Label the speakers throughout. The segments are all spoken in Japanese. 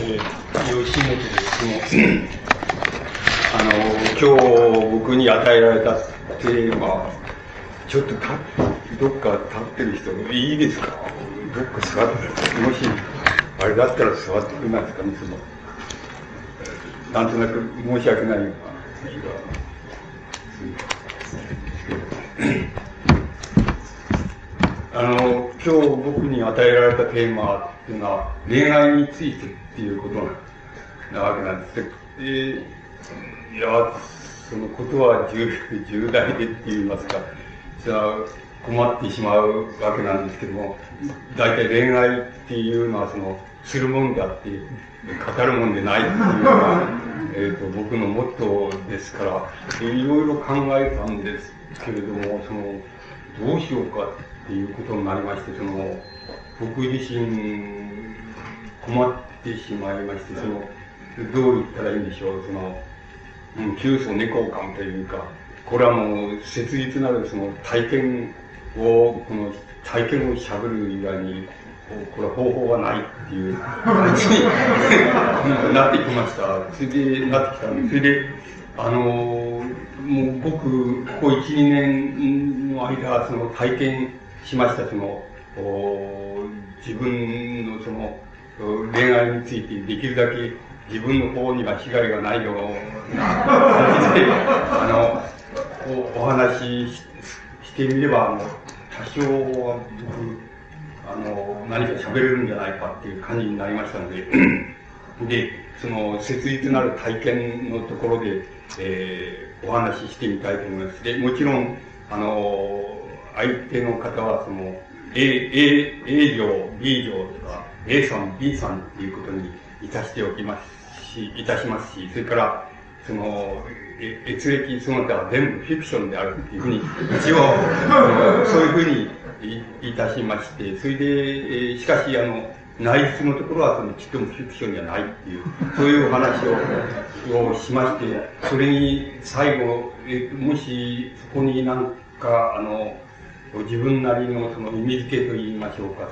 Speaker 1: 吉本ですね。今日僕に与えられたテーマ、ちょっとどっか立ってる人いいですか？どっか座って、もしあれだったら座ってくれないですかね。なんとなく申し訳ないような今日僕に与えられたテーマっていうのは恋愛についてっていうことなわけなんですけど、いや、そのことは重大でって言いますか、じゃあ困ってしまうわけなんですけども、大体恋愛っていうのはするもんであって語るもんでないっていうのが、僕のモットーですから、いろいろ考えたんですけれども、どうしようかっていうことになりまして、僕自身困ってしまいまして、どう言ったらいいんでしょう、窮鼠猫を噛むというか、これはもう切実なる体験を喋る以外に、これは方法はないっていう感じになってきました。それで、なってきたんで、それで、もう僕、ここ1、2年の間、体験しました、自分の恋愛についてできるだけ自分の方には被害がないような感じで、お話ししてみれば、多少は僕、何か喋れるんじゃないかっていう感じになりましたので、で、切実なる体験のところで、お話ししてみたいと思います。で、もちろん、相手の方はA 嬢、B 嬢とか、A さん、B さんっていうことにいたしますし、それから、閲歴その他は全部フィクションであるっていうふうに、一応、そういうふうにいたしまして、それで、しかし、内実のところは、ちっともフィクションじゃないっていう、そういうお話をしまして、それに最後、もし、そこになんか、自分なりの意味付けと言いましょうか、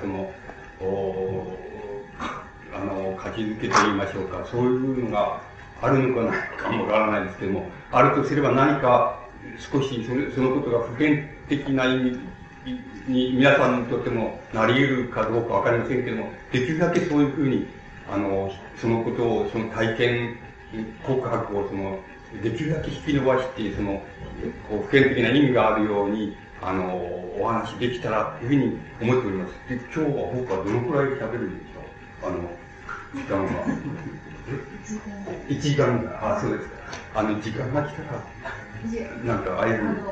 Speaker 1: 価値付けと言いましょうか、そういうのがあるのかないかもわからないですけども、あるとすれば何か少しそのことが普遍的な意味に皆さんにとってもなり得るかどうかわかりませんけども、できるだけそういうふうに、そのことを、体験告白をできるだけ引き伸ばして、普遍的な意味があるように、お話できたらというふうに思っております。で、今日は僕はどのくらい喋るんでしょう？時間は。1時間、そうですか。時間が来たら、なんか、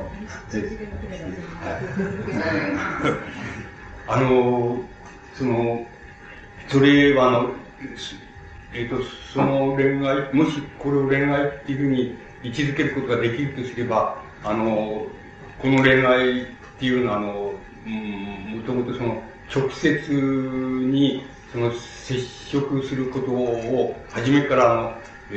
Speaker 1: それはその恋愛、もしこれを恋愛っていうふうに位置づけることができるとすれば、この恋愛っていうのは、もともと直接に、接触することを、初めから、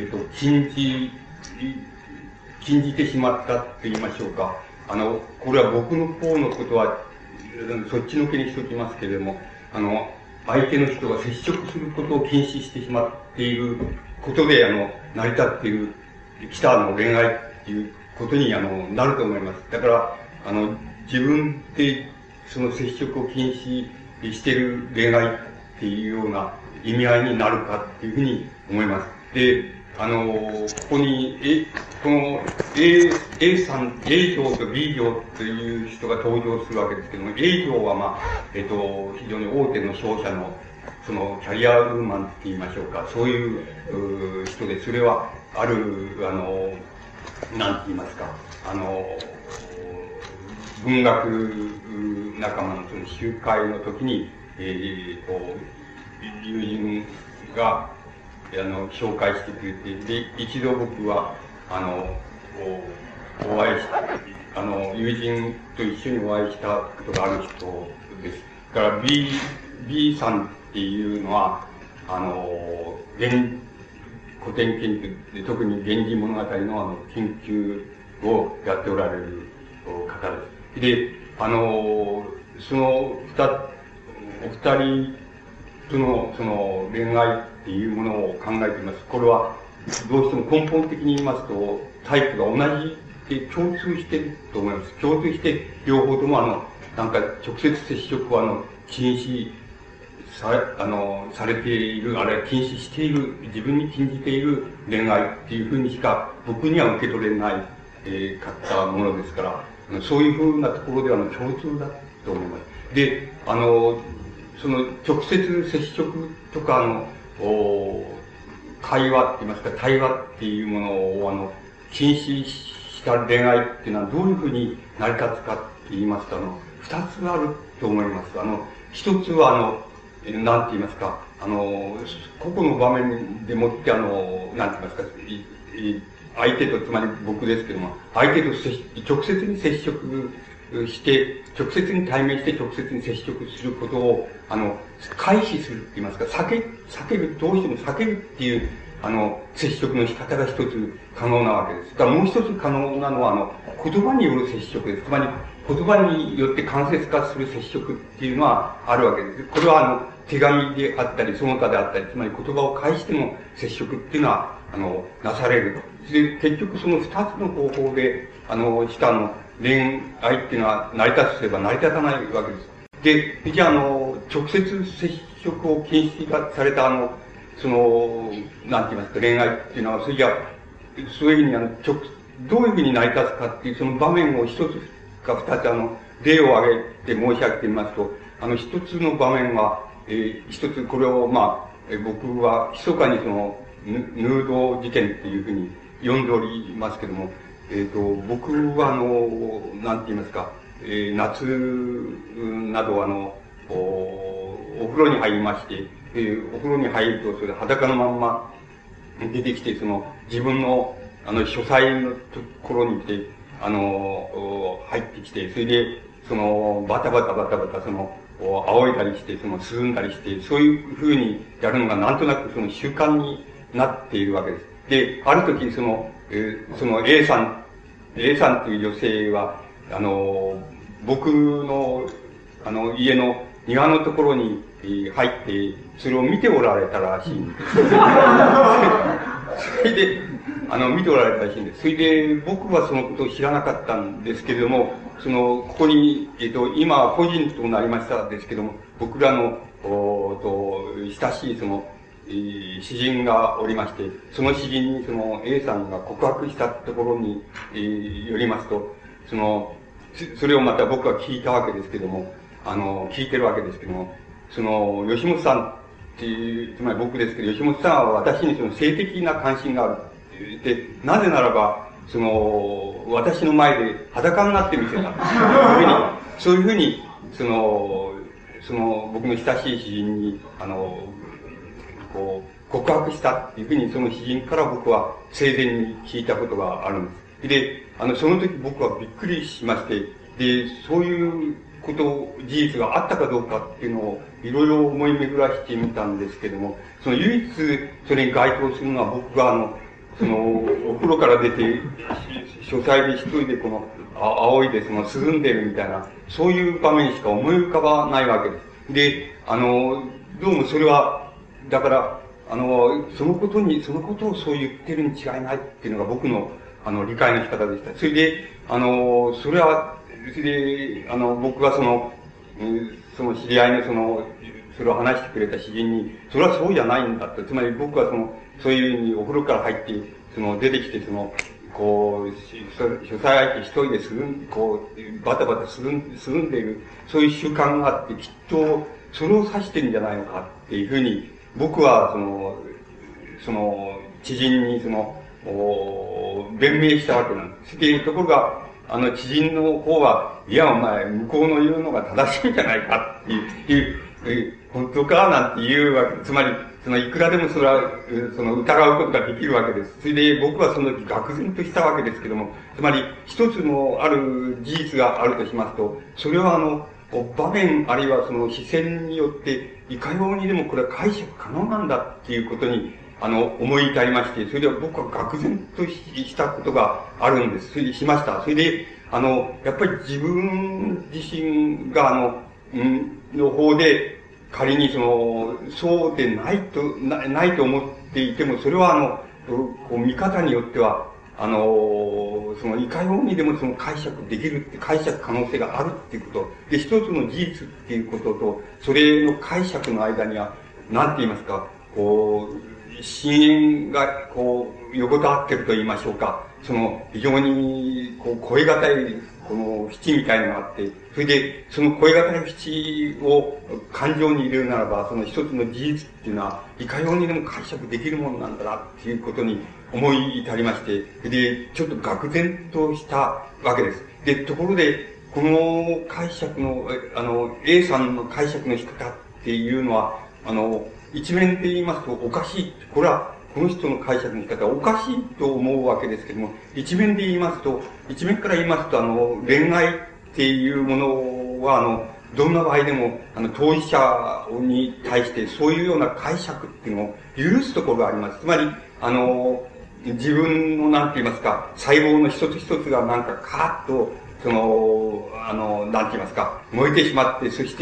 Speaker 1: 禁じてしまったって言いましょうか。これは僕の方のことは、そっちのけにしておきますけれども、相手の人が接触することを禁止してしまっていることで、成り立っている、きた恋愛っていうことに、なると思います。だから、自分で、接触を禁止している恋愛っていうような意味合いになるかっていうふうに思います。で、ここに、この A さん、A 嬢と B 嬢という人が登場するわけですけども、A 嬢は非常に大手の商社の、キャリアウーマンって言いましょうか、そういう人で、それは、ある、なんて言いますか、文学仲間の集会の時に、友人が、紹介してくれて、で、一度僕は、お会いした、友人と一緒にお会いしたことがある人です。だから B さんっていうのは、古典研究で、特に源氏物語の研究をやっておられる方です。で、お二人との恋愛っっていうものを考えています。これは、どうしても根本的に言いますと、タイプが同じで共通していると思います。共通して、両方ともなんか直接接触は禁止されている、あるいは禁止している、自分に禁じている恋愛っていうふうにしか僕には受け取れない、かったものですから、そういうふうなところでは共通だと思います。で、その直接接触とか会話って言いますか、対話っていうものを禁止した恋愛っていうのはどういうふうに成り立つかって言いますと、二つあると思います。一つはなんて言いますか、個々の場面でもって、なんて言いますか、相手と、つまり僕ですけども、相手と直接に接触して、直接に対面して直接に接触することを、回避するって言いますか、避ける、どうしても避けるっていう、接触の仕方が一つ可能なわけです。だからもう一つ可能なのは、言葉による接触です。つまり、言葉によって間接化する接触っていうのはあるわけです。これは手紙であったり、その他であったり、つまり言葉を介しての接触っていうのは、なされると。で、結局その二つの方法で、しか恋愛っていうのは成り立つとすれば成り立たないわけです。で、じゃあ直接接触を禁止されたなんて言いますか、恋愛っていうのは、それじゃあ、そういうふうにどういうふうに成り立つかっていう、その場面を一つか二つ例を挙げて申し上げてみますと、一つの場面は、一つこれを僕は密かにヌード事件っていうふうに呼んでおりますけども、僕はなんて言いますか、夏などお風呂に入りまして、お風呂に入ると、それ裸のまんま出てきて、自分の、書斎のところに来て、入ってきて、それで、バタバタ、仰いだりして、涼んだりして、そういう風にやるのがなんとなく習慣になっているわけです。で、ある時、A さんっていう女性は、僕の、家の庭のところに入って、それを見ておられたらしいんです。それで、見ておられたらしいんです。それで、僕はそのことを知らなかったんですけれども、ここに、今は個人となりましたですけども、僕らの、親しい詩人がおりまして、その詩人にA さんが告白したところに、よりますと、それをまた僕は聞いたわけですけども、聞いてるわけですけども、吉本さんっていう、つまり僕ですけど、吉本さんは私に性的な関心がある。で、なぜならば、私の前で裸になってみせた。そういうふうに、僕の親しい詩人に、告白したっていうふうに、その詩人から僕は生前に聞いたことがあるんです。で、その時僕はびっくりしまして、で、そういう事実があったかどうかっていうのをいろいろ思い巡らしてみたんですけども、唯一それに該当するのは僕がお風呂から出て、書斎で一人で仰いで涼んでるみたいな、そういう場面しか思い浮かばないわけです。で、どうもそれは、だから、そのことをそう言ってるに違いないっていうのが僕の、理解の仕方でした。それで、それで、僕が知り合いのそれを話してくれた詩人に、それはそうじゃないんだと。つまり僕はそういうふうにお風呂から入って、出てきて、書斎相手一人でバタバタ涼んでいる、そういう習慣があって、きっと、それを指してるんじゃないのかっていうふうに、僕は、知人に、弁明したわけなんです。で、ところが、知人の方は、いや、お前、向こうの言うのが正しいんじゃないかっていう、本当かなんて言うわけ。つまり、いくらでもそれは、疑うことができるわけです。それで、僕はその時、愕然としたわけですけども、つまり、一つのある事実があるとしますと、それは場面あるいは視線によって、いかようにでもこれは解釈可能なんだっていうことに、思い至りまして、それで僕は愕然としたことがあるんです。それでしました。それで、やっぱり自分自身がの方で、 仮にそうでないと思っていても、それは見方によっては、いかようにでも解釈できる解釈可能性があるっていうこと。で、一つの事実っていうことと、それの解釈の間には、なんて言いますか、深淵が、横たわってると言いましょうか。非常に、越え難い、淵みたいなのがあって、それで、その越え難い淵を感情に入れるならば、一つの事実っていうのは、いかようにでも解釈できるものなんだな、っていうことに思い至りまして、で、ちょっと愕然としたわけです。で、ところで、この解釈の、A さんの解釈の仕方っていうのは、一面で言いますとおかしい。これは、この人の解釈の仕方はおかしいと思うわけですけども、一面から言いますと、恋愛っていうものは、どんな場合でも、当事者に対してそういうような解釈っていうのを許すところがあります。つまり、自分のなんて言いますか、細胞の一つ一つがなんかカーッと、なんて言いますか、燃えてしまって、そして、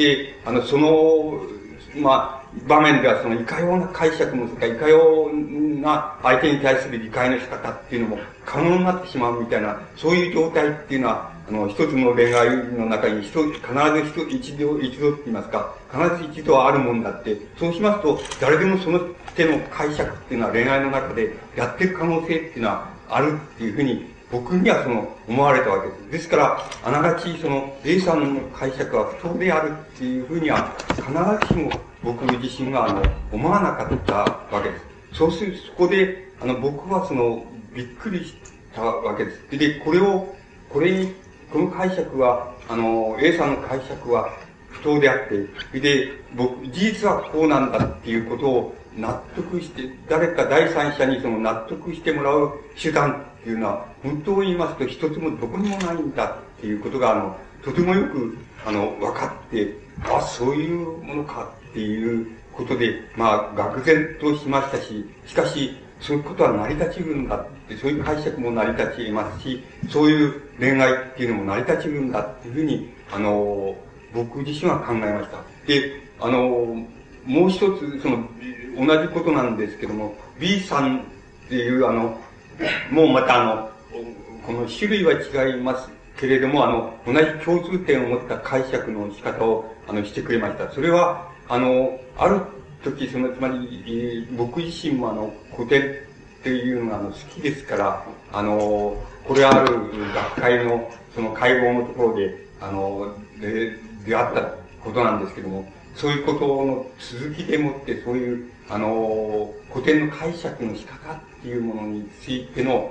Speaker 1: 場面ではいかような解釈の世界、いかような相手に対する理解の仕方っていうのも可能になってしまうみたいな、そういう状態っていうのは、一つの恋愛の中に必ず一度って言いますか、必ず一度はあるもんだって、そうしますと、誰でもその手の解釈っていうのは恋愛の中でやっていく可能性っていうのはあるっていうふうに、僕には思われたわけです。ですから、あながちA さんの解釈は不当であるっていうふうには、必ずしも僕自身が思わなかったわけです。そうすると、そこで、僕はびっくりしたわけです。で、この解釈は、A さんの解釈は不当であって、で、事実はこうなんだっていうことを納得して、誰か第三者に納得してもらう手段っていうのは、本当に言いますと一つもどこにもないんだっていうことが、とてもよく、分かって、そういうものかっていうことで、愕然としましたし、しかし、そういうことは成り立ちうるんだって、そういう解釈も成り立ち得ますし、そういう恋愛っていうのも成り立ちうるんだっていうふうに、僕自身は考えました。で、もう一つ、同じことなんですけども、B さんっていうもうまたこの種類は違いますけれども、同じ共通点を持った解釈の仕方を、してくれました。それは、ある時、つまり、僕自身も古典っていうのが好きですから、これある学会の、会合のところで、出会ったことなんですけども、そういうことの続きでもって、そういう、古典の解釈の仕方っていうものについての、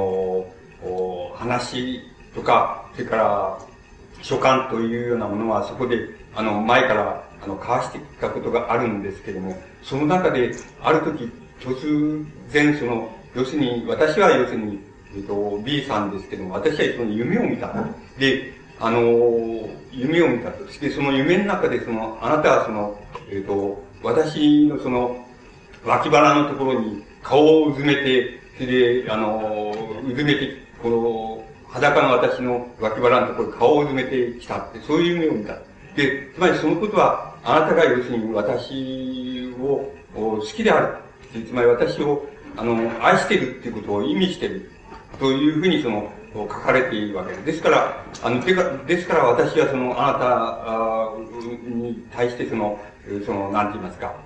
Speaker 1: 話とか、それから、書簡というようなものはそこで、前から、交わしてきたことがあるんですけども、その中で、ある時、突然要するに、私は要するに、B さんですけども、私は夢を見た。で、夢を見たと。で、その夢の中で、あなたは私の脇腹のところに顔をうずめて、それで、うずめて、裸の私の脇腹のところに顔をうずめてきたって、そういう夢を見た。で、つまりそのことは、あなたが要するに私を好きである。つまり私を、愛してるっていうことを意味してる。というふうに書かれているわけです。ですから、ですから私はあなたに対してなんて言いますか、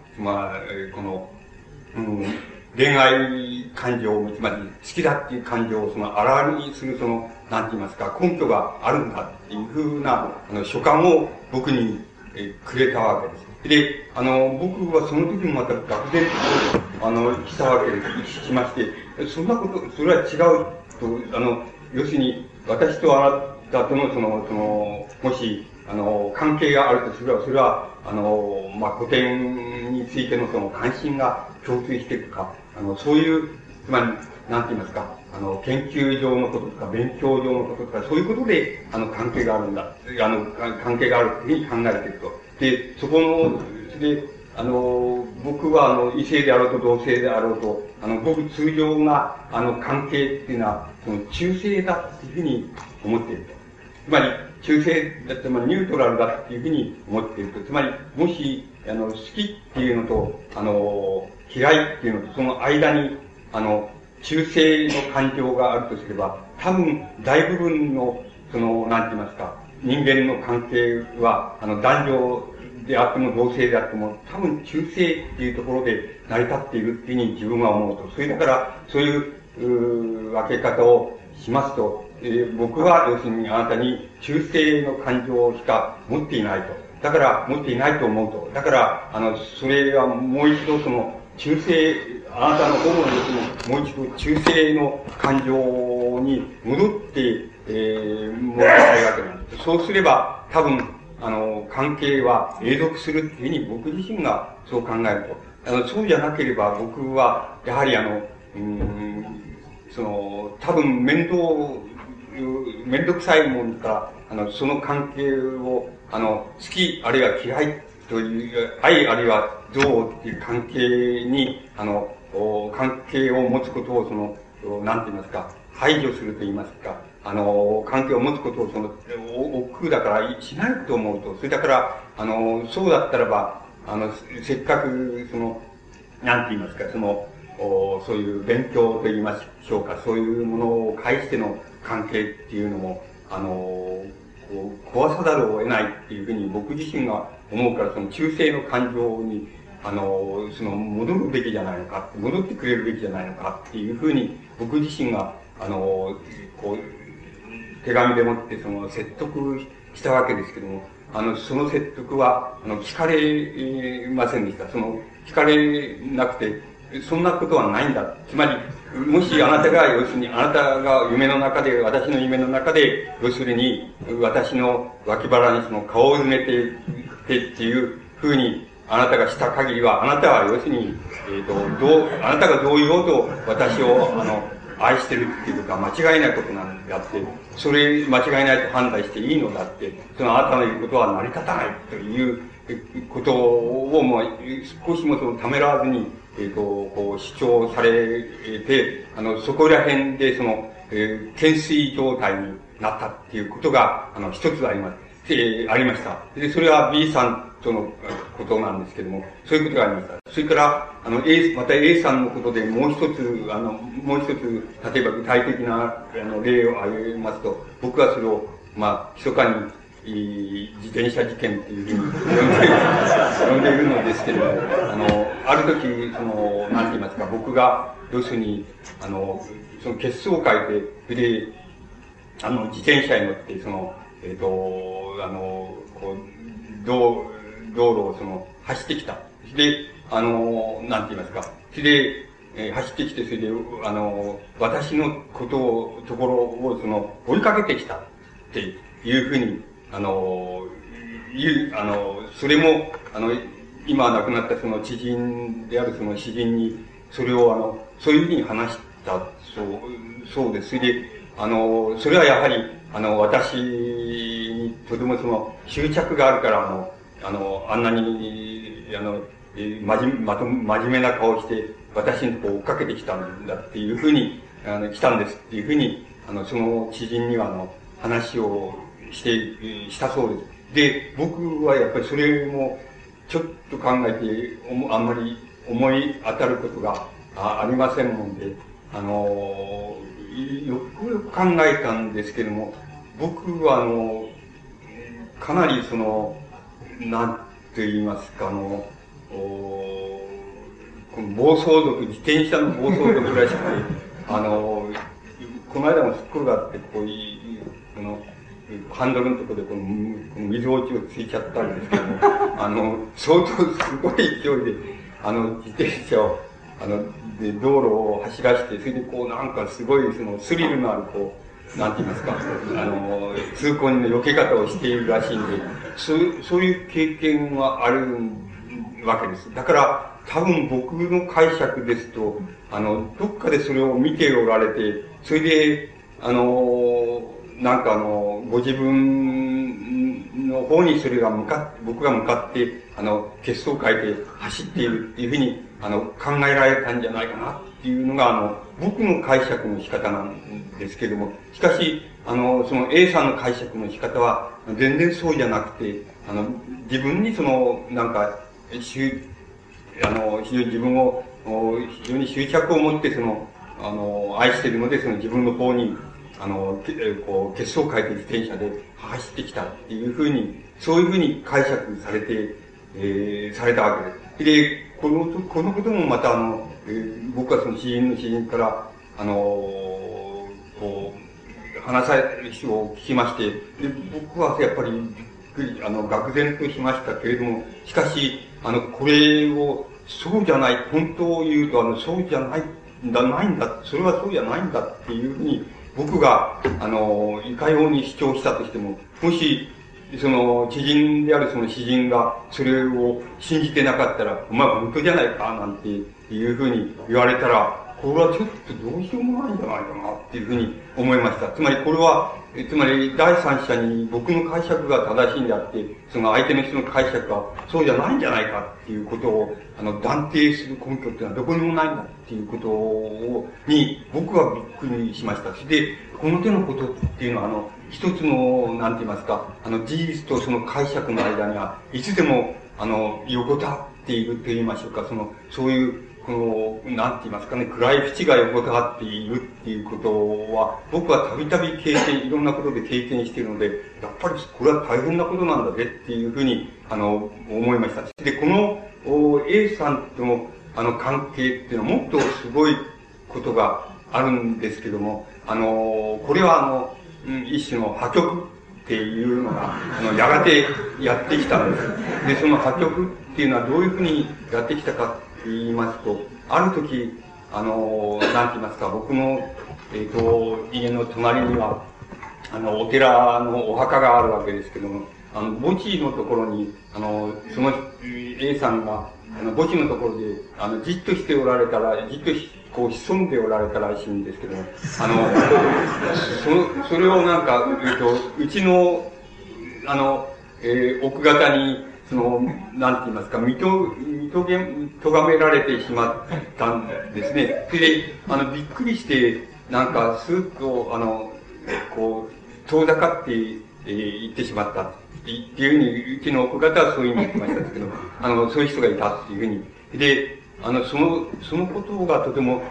Speaker 1: 恋愛感情、つまり好きだっていう感情をあらわにするなんて言いますか、根拠があるんだっていうふうな、書簡を僕に、くれたわけです。で、僕はその時もまた愕然と、したわけです。しまして、そんなこと、それは違うと、要するに、私とあなたとのもし、関係があるとすれば、それは、古典についての関心が共通していくか、そういう、つまり、なんて言いますか、研究上のこととか、勉強上のこととか、そういうことで、関係があるんだ。関係があるというふうに考えていると。で、そこの、で、僕は、異性であろうと同性であろうと、僕通常な、関係っていうのは、中性だっていうふうに思っていると。つまり、中性だって、ニュートラルだっていうふうに思っていると。つまり、もし、 好きっていうのと、嫌いっていうのと、その間に、中性の感情があるとすれば、多分、大部分の、なんて言いますか、人間の関係は、男女であっても同性であっても、多分中性っていうところで成り立っているっていうふうに自分は思うと。それだから、そういう分け方をしますと、僕は要するにあなたに中性の感情しか持っていないと。だから、持っていないと思うと。だから、それはもう一度中性、あなたの方のですね、もう一度中性の感情に戻って、もらいたいわけなんです。そうすれば、多分、関係は永続するっていうふうに僕自身がそう考えると。そうじゃなければ僕は、やはり多分面倒くさいもんから、その関係を、好きあるいは嫌いという、愛あるいは憎悪っていう関係に、関係を持つことをなんて言いますか、排除すると言いますか、関係を持つことを億劫だからしないと思うと、それだから、そうだったらば、せっかく、なんて言いますか、そういう勉強と言いましょうか、そういうものを介しての関係っていうのも、壊さざるを得ないっていうふうに僕自身が思うから、中性の感情に、戻るべきじゃないのか、戻ってくれるべきじゃないのかっていうふうに、僕自身が、手紙でもって説得したわけですけども、その説得は、聞かれませんでした。聞かれなくて、そんなことはないんだ。つまり、もしあなたが、要するに、あなたが夢の中で、私の夢の中で、要するに、私の脇腹に顔を埋めてっていうふうに、あなたがした限りは、あなたは要するに、あなたがどう言おうと私を、愛してるっていうことは間違いないことなんだって、それ間違いないと判断していいのだって、あなたの言うことは成り立たないということを、少しもためらわずに、主張されて、そこら辺で懸垂状態になったっていうことが、一つあります。ありました。で、それは B さんとのことなんですけども、そういうことがありました。それから、また A さんのことでもう一つ、例えば具体的な、例を挙げますと、僕はそれを、密かに、自転車事件っていうふうに呼んでいるのですけれども、ある時、なんて言いますか、僕が、要するに、血相を書いて、それで、自転車に乗って、道路を走ってきた。で、なんて言いますか。それで、走ってきて、それで、私のところを、追いかけてきたっていうふうに、それも、今亡くなった知人である詩人に、それをそういうふうに話したそうです。それで、それはやはり、私にとても執着があるから、あんなに、真面目な顔して、私に追っかけてきたんだっていうふうに、来たんですっていうふうに、その知人には、話をしたそうです。で、僕はやっぱりそれも、ちょっと考えて、あんまり思い当たることがありませんもんで、よくよく考えたんですけども、僕はかなりなんて言いますか、この暴走族、自転車の暴走族らしくて、この間もすっ転がって、ハンドルのところでこの水落ちをついちゃったんですけども、相当すごい勢いで、自転車を、で、道路を走らして、それでなんかすごいスリルのあるなんて言いますか、通行人の避け方をしているらしいんで、そういう経験はあるわけです。だから、多分僕の解釈ですと、どっかでそれを見ておられて、それで、なんかご自分の方にそれが僕が向かって、血相を変えて走っているっていうふうに、考えられたんじゃないかなっていうのが、僕の解釈の仕方なんですけれども、しかし、A さんの解釈の仕方は、全然そうじゃなくて、自分になんか、 非常に自分を、非常に執着を持って愛しているので、自分の方に、血相を変えて自転車で走ってきたっていうふうに、そういうふうに解釈されて、されたわけです。で、このこともまた僕は詩人から、話を聞きまして、で、僕はやっぱりびっくり、愕然としましたけれども、しかし、これを、そうじゃない、本当を言うと、そうじゃないんだ、それはそうじゃないんだっていうふうに、僕が、いかように主張したとしても、もし、知人である詩人が、それを信じてなかったら、お前本当じゃないか、なんていうふうに言われたら、これはちょっとどうしようもないんじゃないかな、っていうふうに思いました。つまりこれは、第三者に僕の解釈が正しいんであって、相手の人の解釈がそうじゃないんじゃないかっていうことを、断定する根拠っていうのはどこにもないんだっていうことに、僕はびっくりしました。で、この手のことっていうのは、一つの、なんて言いますか、事実とその解釈の間には、いつでも、横たわっていると言いましょうか、そういう、なんて言いますかね、暗い淵が横たわっているっていうことは、僕はたびたびいろんなことで経験しているので、やっぱりこれは大変なことなんだぜっていうふうに、思いました。で、この、A さんとの、関係っていうのはもっとすごいことがあるんですけども、これは一種の破局っていうのが、やがてやってきたんです。で、その破局っていうのはどういうふうにやってきたかって言いますと、ある時、なんて言いますか、僕の、家の隣には、お寺のお墓があるわけですけども、墓地のところに、その A さんが、墓地のところで、じっとしておられたら、じっとこう潜んでおられたらしいんですけども、それをなんか、うちの、奥方に、なんて言いますか、咎められてしまったんですね。それで、びっくりして、なんか、スーッと、遠ざかって、言ってしまったっていうふうに、うちの奥方はそういうふうに言ってましたですけど、そういう人がいたっていうふうに。で、そのことがとても、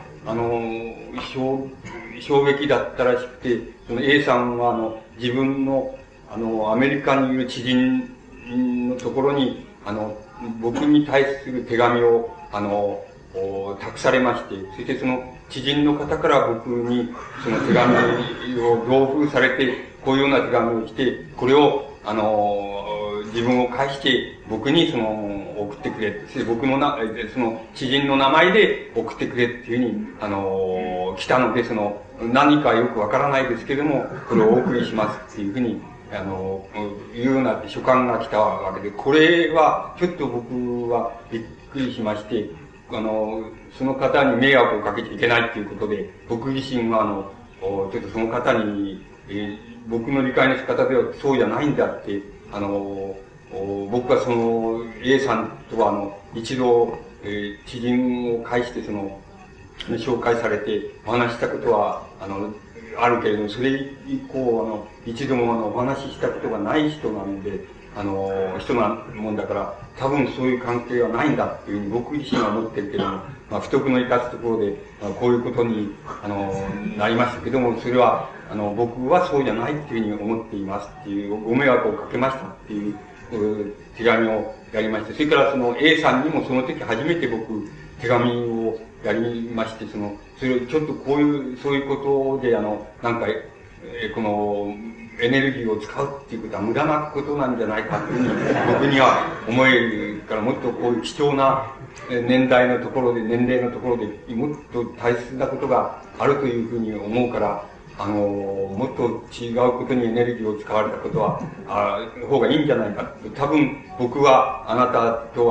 Speaker 1: 衝撃だったらしくて、A さんは、自分の、アメリカにいる知人のところに、僕に対する手紙を、託されまして、そしてその知人の方から僕にその手紙を同封されて、こういうような手紙を来て、これを、自分を介して僕に送ってくれ。僕のその知人の名前で送ってくれっていうふうに、来たので、何かよくわからないですけれども、これをお送りしますっていうふうに、いうような書簡が来たわけで、これは、ちょっと僕はびっくりしまして、その方に迷惑をかけちゃいけないっていうことで、僕自身は、ちょっとその方に、僕の理解の仕方ではそうじゃないんだって、僕はA さんとは一度、知人を介して紹介されてお話ししたことは、あるけれども、それ以降、一度もお話ししたことがない人なんで、人なもんだから、多分そういう関係はないんだっていうふうに僕自身は思ってるけども、不徳の致すところで、こういうことに、なりましたけども、それは、僕はそうじゃないっていうふうに思っていますっていう、ご迷惑をかけましたっていう、手紙をやりまして、それからA さんにもその時初めて僕、手紙をやりまして、それをちょっとそういうことで、なんか、この、エネルギーを使うっていうことは無駄なことなんじゃないかというふうに僕には思えるから、もっとこういう貴重な年齢のところで、もっと大切なことがあるというふうに思うから、もっと違うことにエネルギーを使われたことは、方がいいんじゃないか。多分僕はあなたと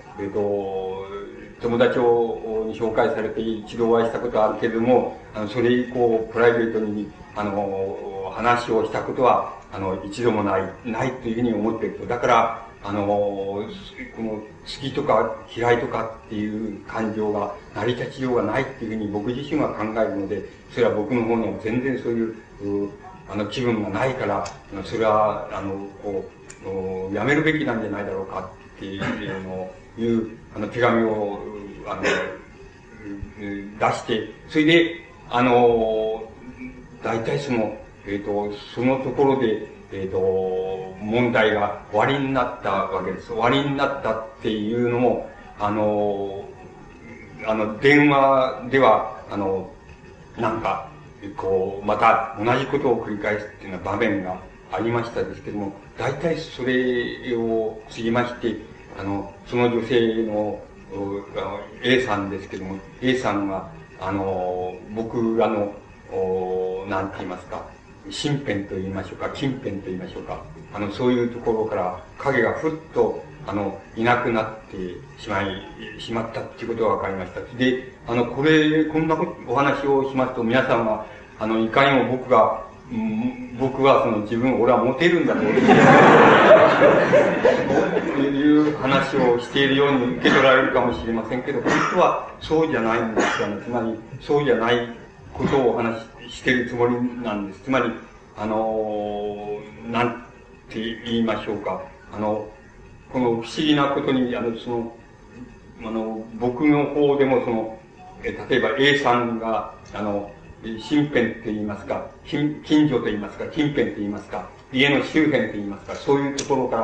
Speaker 1: 友達に紹介されて一度お会いしたことはあるけれども、それ以降、プライベートに、話をしたことは、一度もないというふうに思っていると。だから、この、好きとか嫌いとかっていう感情が成り立ちようがないっていうふうに僕自身は考えるので、それは僕の方には全然そういう、気分がないから、それは、やめるべきなんじゃないだろうかっていうのを、 いう、手紙を、出して、それで、大体そのところで、問題が終わりになったわけです。終わりになったっていうのも、電話では、なんか、また同じことを繰り返すっていうような場面がありましたですけども、大体それを継ぎまして、その女性の、A さんですけども、A さんが、僕、なんて言いますか、身辺と言いましょうか、近辺と言いましょうか、そういうところから影がふっと、いなくなってしまったっていうことが分かりました。で、こんなお話をしますと、皆さんは、いかにも僕は俺はモテるんだという話をしているように受け取られるかもしれませんけど、本当はそうじゃないんですよね。つまり、そうじゃないことをお話ししているつもりなんです。つまり、なんて言いましょうか。この不思議なことに、僕の方でも例えば A さんが、身辺と言いますか、近所と言いますか、近辺と言いますか、家の周辺と言いますか、そういうところから、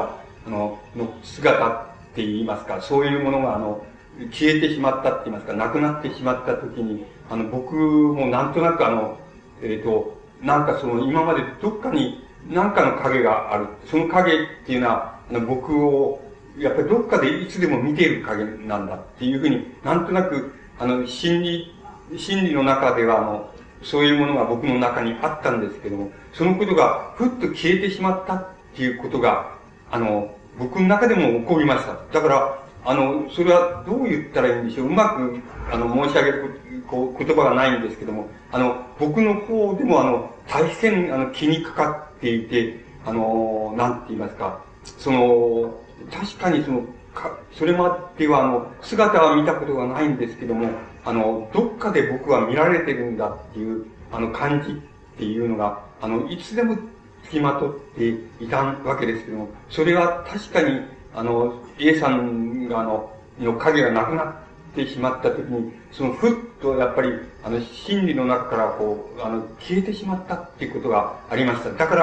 Speaker 1: の姿って言いますか、そういうものが、消えてしまったって言いますか、なくなってしまったときに、僕もなんとなくなんか今までどっかに何かの影がある。その影っていうのは、僕を、やっぱりどっかでいつでも見ている影なんだっていうふうに、なんとなく、心理の中では、そういうものが僕の中にあったんですけども、そのことがふっと消えてしまったっていうことが、僕の中でも起こりました。だから、それはどう言ったらいいんでしょう。うまく、申し上げる、言葉がないんですけども、僕の方でも、大変、気にかかっていて、なんて言いますか、確かにそれまでは、姿は見たことがないんですけども、どっかで僕は見られてるんだっていう、感じっていうのが、いつでも付きまとっていたわけですけども、それは確かに、A さんが、の影がなくなってしまったときに、ふっとやっぱり、心理の中から消えてしまったっていうことがありました。だから、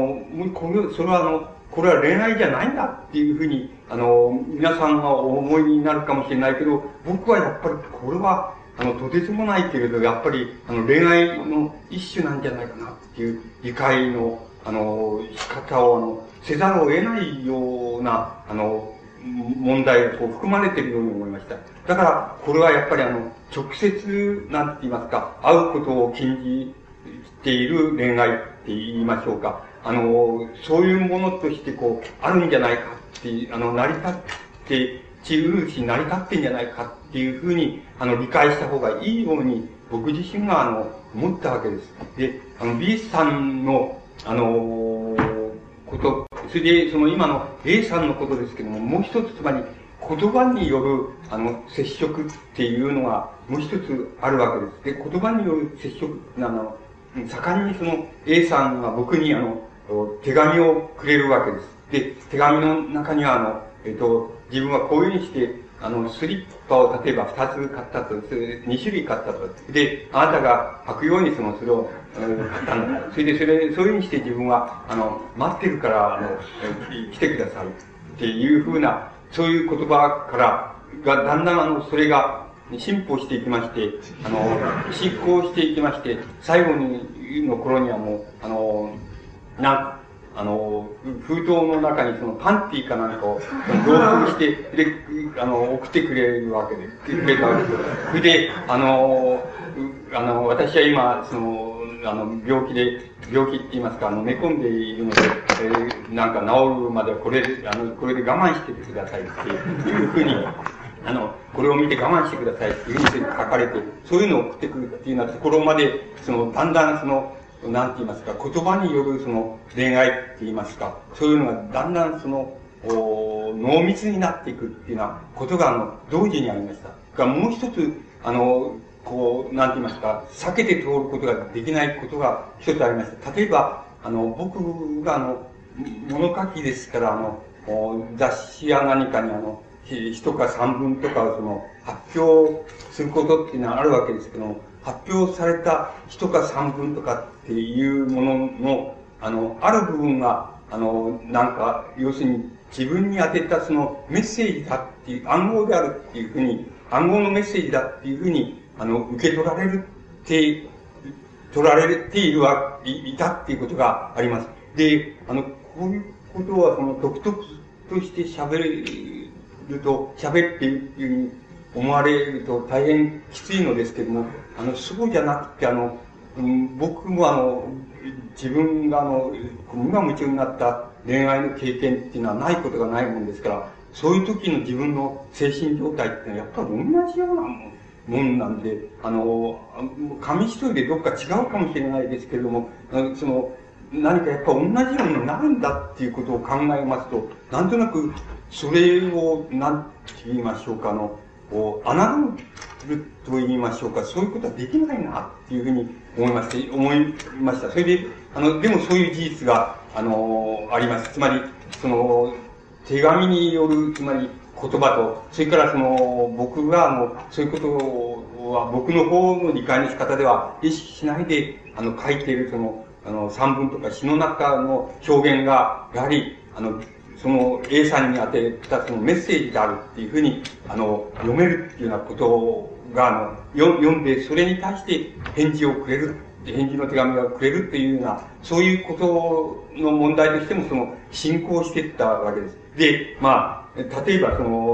Speaker 1: これは恋愛じゃないんだっていうふうに、皆さんがお思いになるかもしれないけど、僕はやっぱりこれは、とてつもないけれど、やっぱり、恋愛の一種なんじゃないかなっていう理解の、仕方を、せざるを得ないような、問題が含まれているように思いました。だから、これはやっぱり直接、なんて言いますか、会うことを禁じている恋愛って言いましょうか。そういうものとしてあるんじゃないかって、成り立ってちうるし、成り立ってんじゃないかっていうふうに、理解した方がいいように、僕自身が、思ったわけです。で、B さんの、それで、今の A さんのことですけども、もう一つ、つまり、言葉による、接触っていうのが、もう一つあるわけです。で、言葉による接触、盛んにA さんが僕に手紙をくれるわけです。で、手紙の中には自分はこういうふうにして、スリッパを例えば2つ買ったと、2種類買ったと。で、あなたが履くようにそれを、買ったんだ。それでそういうふうにして自分は、待ってるから、来てください。っていうふうな、そういう言葉からだんだんそれが進歩していきまして、進行していきまして、最後の頃にはもう、封筒の中にパンティーかなんかを同封して、で、送ってくれるわけです。くれたわけです。それで、私は今、病気って言いますか、寝込んでいるので、なんか治るまではこれで我慢しててくださいっていうふうに、これを見て我慢してくださいっていうふうに書かれて、そういうのを送ってくるっていうようなところまで、だんだんなんて言いますか、言葉による恋愛って言いますか、そういうのがだんだん濃密になっていくっていうようなことが同時にありました。もう一つ、なんて言いますか、避けて通ることができないことが一つありました。例えば、僕が物書きですから、雑誌や何かに一か三文とか、発表することっていうのはあるわけですけども、発表された一か三文とかっていうものの、ある部分が、なんか、要するに自分に当てたそのメッセージだっていう、暗号であるっていうふうに、暗号のメッセージだっていうふうに、受け取られていたっていうことがあります。で、こういうことは、独特として喋っているというふうに思われると大変きついのですけども、そうじゃなくて、僕も自分が無我夢中になった恋愛の経験っていうのはないことがないもんですから、そういう時の自分の精神状態っていうのはやっぱり同じようなもんなんで、紙一重でどっか違うかもしれないですけれども、何かやっぱ同じようになるんだっていうことを考えますと、なんとなく、それを、なんて言いましょうか、侮ると言いましょうか、そういうことはできないなっていうふうに思いました。それで、でもそういう事実が、あります。つまり、手紙による、つまり言葉と、それから僕が、そういうことは、僕の方の理解の仕方では意識しないで、書いている散文とか詩の中の表現が、やはり、A さんに当てたメッセージであるっていうふうに、読めるっていうようなことが、読んで、それに対して返事の手紙がくれるっていうような、そういうことの問題としても、進行していったわけです。で、まあ、例えば、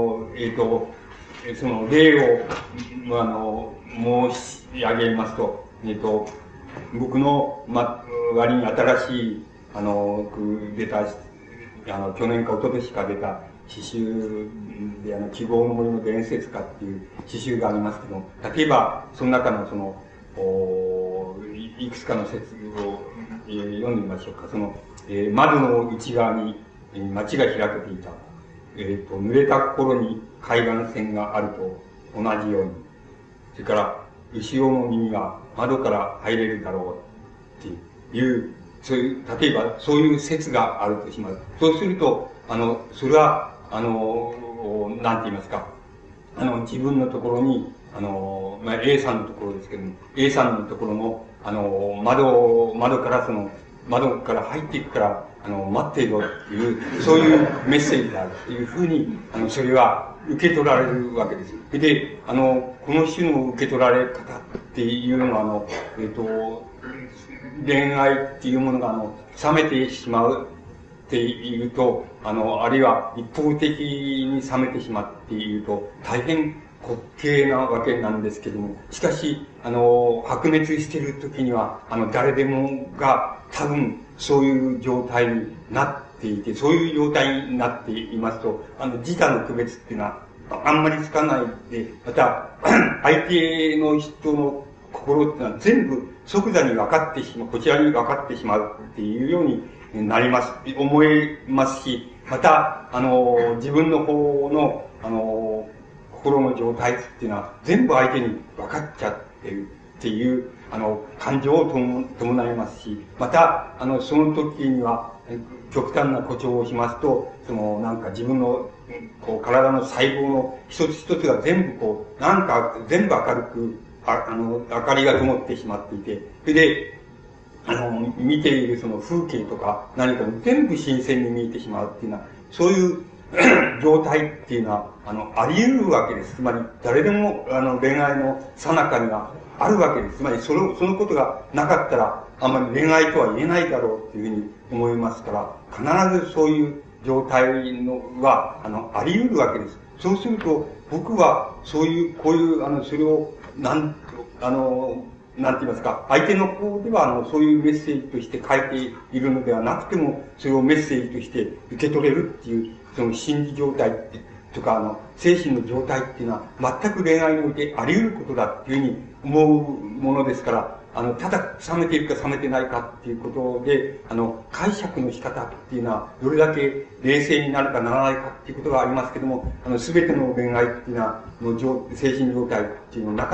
Speaker 1: 例を、申し上げますと、僕の、割に新しい、出た、去年か一昨年か出た詩集で、希望の森の伝説家っていう詩集がありますけども、例えば、その中のいくつかの説を、読んでみましょうか。窓の内側に街が開けていた。濡れた心に海岸線があると同じように。それから、後ろの耳が窓から入れるだろうっていう、そういう、例えばそういう説があるとします。そうすると、それは、なんて言いますか、自分のところに、A さんのところですけども、A さんのところの、窓から入っていくから、待っていろっていう、そういうメッセージであるっていうふうに、それは受け取られるわけです。で、この種の受け取られ方っていうのは、恋愛っていうものが、冷めてしまうっていうと、あるいは一方的に冷めてしまっていると、大変滑稽なわけなんですけども、しかし、白熱している時には、誰でもが多分そういう状態になっていて、そういう状態になっていますと、自他の区別っていうのはあんまりつかないで、また、相手の人の心っていうのは全部即座に分かってしまう、こちらに分かってしまうっていうようになります、思えますし、また、自分の方の、心の状態っていうのは全部相手に分かっちゃってるっていう、感情を伴いますし、また、その時には、極端な誇張をしますと、なんか自分の、体の細胞の一つ一つが全部なんか全部明るく、明かりが灯ってしまっていて、それで、見ているその風景とか何か全部新鮮に見えてしまうっていうのは、そういう状態っていうのは、あり得るわけです。つまり、誰でも、恋愛の最中にはあるわけです。つまり、そのことがなかったら、あんまり恋愛とは言えないだろうっていうふうに思いますから、必ずそういう状態は、あり得るわけです。そうすると、僕は、こういう、それを、なんて言いますか、相手の方では、そういうメッセージとして書いているのではなくても、それをメッセージとして受け取れるっていう、その心理状態とか、精神の状態っていうのは、全く恋愛においてあり得ることだっていうふうに思うものですから、ただ冷めているか冷めてないかっていうことで、解釈の仕方っていうのは、どれだけ冷静になるかならないかっていうことがありますけども、すべての恋愛っていうのは、精神状態っていうの中には、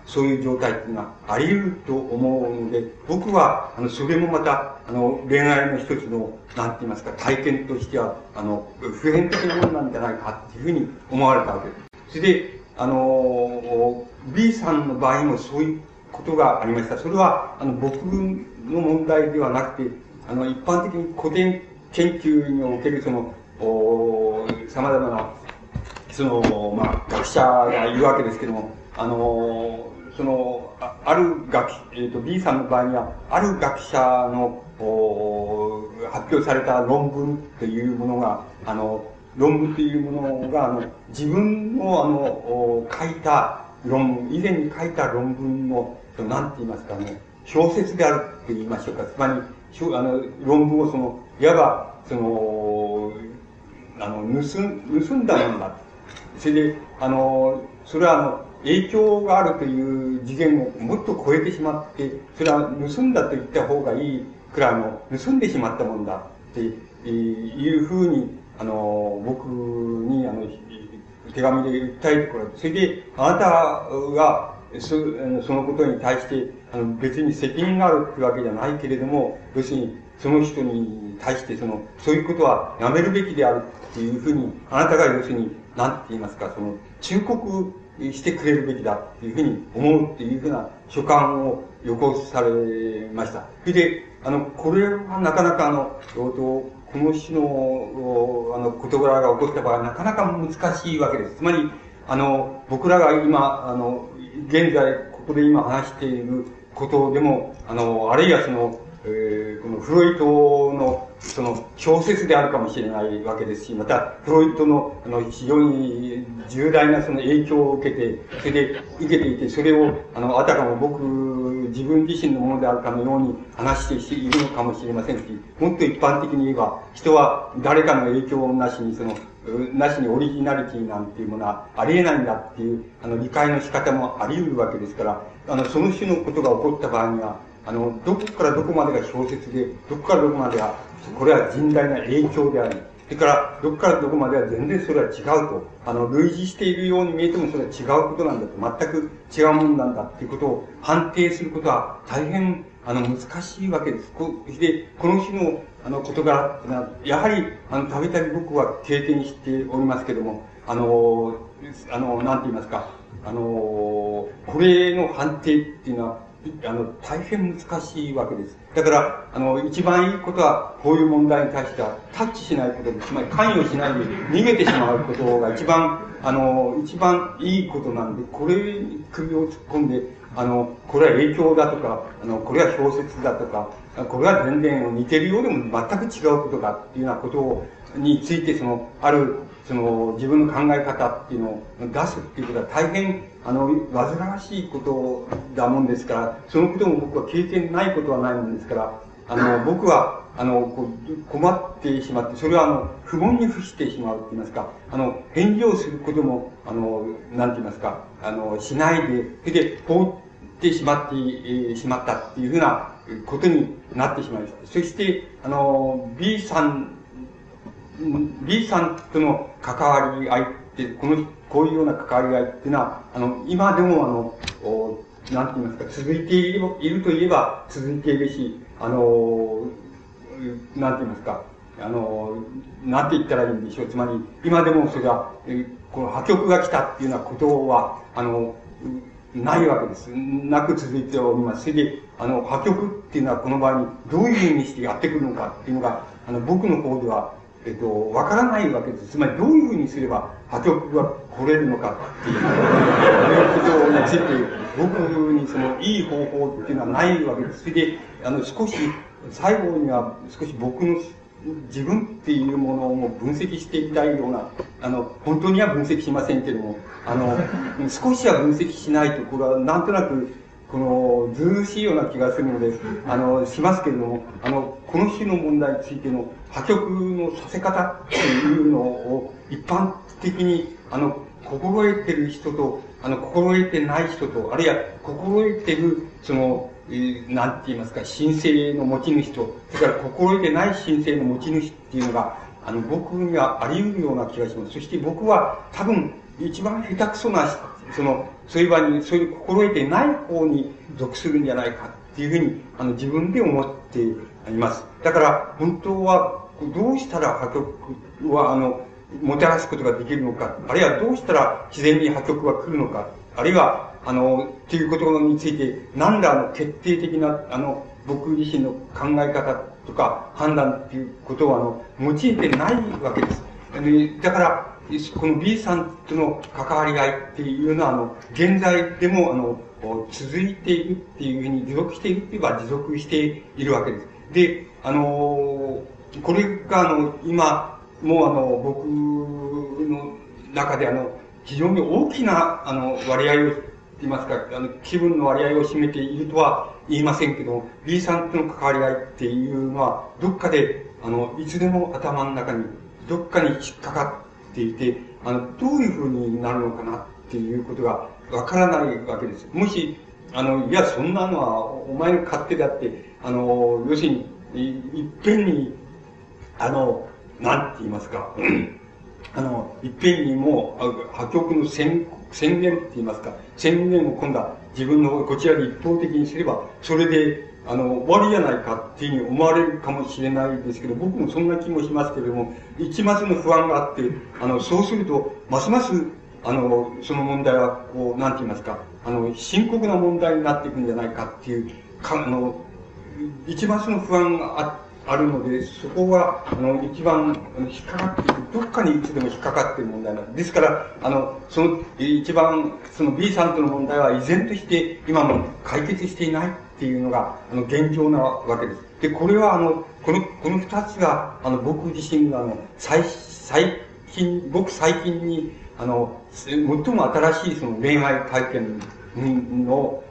Speaker 1: そういう状態っていうのはあり得ると思うので、僕は、それもまた、恋愛の一つの、なんて言いますか、体験としては、普遍的なものなんじゃないかっていうふうに思われたわけです。それで、B さんの場合もそういうことがありました。それは、僕の問題ではなくて、一般的に古典研究における様々な、学者がいるわけですけども、B さんの場合には、ある学者の、発表された論文というものが、自分の、書いた論文、以前に書いた論文の、なんて言いますかね、小説であるって言いましょうか。つまり、論文をいわば、盗んだものだ。それで、それは影響があるという次元をもっと超えてしまって、それは盗んだと言った方がいいくらい盗んでしまったものだっていうふうに、僕に、手紙で訴えてこられて、それで、あなたが、そのことに対して、別に責任があるってわけじゃないけれども、要するに、その人に対して、そういうことはやめるべきであるっていうふうに、あなたが要するに、なんて言いますか、忠告してくれるべきだっていうふうに思うっていうふうな所感を予行されました。それで、これはなかなかこの種の、事柄が起こった場合はなかなか難しいわけです。つまり、僕らが今、現在、ここで今話していることでも、あるいはこのフロイトの、小説であるかもしれないわけですし、また、フロイトの、非常に重大な影響を受けて、それで、受けていて、それを、あたかも自分自身のものであるかのように話しているのかもしれませんし、もっと一般的に言えば、人は誰かの影響なしに、オリジナリティなんていうものはありえないんだっていう、理解の仕方もあり得るわけですから、その種のことが起こった場合には、どこからどこまでが小説で、どこからどこまでが、これは甚大な影響であり、それから、どこからどこまでは全然それは違うと、類似しているように見えてもそれは違うことなんだと、全く違うものなんだっていうことを判定することは大変、難しいわけです。で、この種の、事柄っていうのは、やはり、たびたび僕は経験しておりますけども、なんて言いますか、これの判定っていうのは、大変難しいわけです。だから、一番いいことは、こういう問題に対しては、タッチしないことで、つまり関与しないで逃げてしまうことが一番いいことなんで、これに首を突っ込んで、これは影響だとか、これは小説だとか、これは全然似てるようでも全く違うことだっていうようなことについて、ある、自分の考え方っていうのを出すっていうことは大変、煩わしいことだもんですから、そのことも僕は経験ないことはないもんですから、僕は、困ってしまって、それは不問に付してしまうと言いますか、返事をすることも、なんて言いますか、しないで、それで放ってしまったっていうふうなことになってしまいました。そして、B さんとの関わり合いって、こういうような関わり合いっていうのは、今でもなんて言いますか、続いているといえば続いているし、なんて言いますか、なんて言ったらいいんでしょう。つまり、今でもそれは、この破局が来たっていうようなことは、ないわけです。なく続いております。それで、破局っていうのはこの場合にどういうふうにしてやってくるのかっていうのが、僕の方では、わからないわけです。つまり、どういうふうにすれば破局が来れるのかっていうことについて、僕にいい方法っていうのはないわけです。それで、最後には少し僕の自分っていうものを分析していきたいような、本当には分析しませんけども、少しは分析しないと、これはなんとなく、ずうずうしいような気がするので、しますけれども、この種の問題についての破局のさせ方っていうのを、一般的に、心得てる人と、心得てない人と、あるいは、心得てる、なんて言いますか、神聖の持ち主と、それから心得てない神聖の持ち主っていうのが、僕にはあり得るような気がします。そして僕は多分、一番下手くそなそういう場に、そういう心得てない方に属するんじゃないかっていうふうに、自分で思っています。だから、本当は、どうしたら破局は、もたらすことができるのか、あるいはどうしたら自然に破局が来るのか、あるいは、っていうことについて、何ら決定的な、僕自身の考え方とか判断っていうことを、用いてないわけです。だから、この B さんとの関わり合いっていうのは、現在でも、続いているっていうふうに持続しているって言えば持続しているわけです。で、これが、今、もう僕の中で非常に大きな、割合を、言いますか、気分の割合を占めているとは言いませんけど、B さんとの関わり合いっていうのは、どっかで、いつでも頭の中に、どっかに引っかかっていて、どういう風になるのかなっていうことがわからないわけです。もし、いや、そんなのはお前の勝手だって、要するに、いっぺんに、なんて言いますか、いっぺんにもう、破局の宣言って言いますか、宣言を今度は自分のこちらで一方的にすれば、それで、終わりじゃないかっていうふうに思われるかもしれないですけど、僕もそんな気もしますけれども、一抹の不安があって、そうすると、ますます、その問題は、こう、なんて言いますか、深刻な問題になっていくんじゃないかっていう、一抹の不安があるので、そこが、一番、引っかかっている、どっかにいつでも引っかかっている問題なんです。ですから、一番、B さんとの問題は依然として今も解決していないっていうのが、現状なわけです。で、これは、この二つが、僕自身が、最近に、最も新しい恋愛体験の、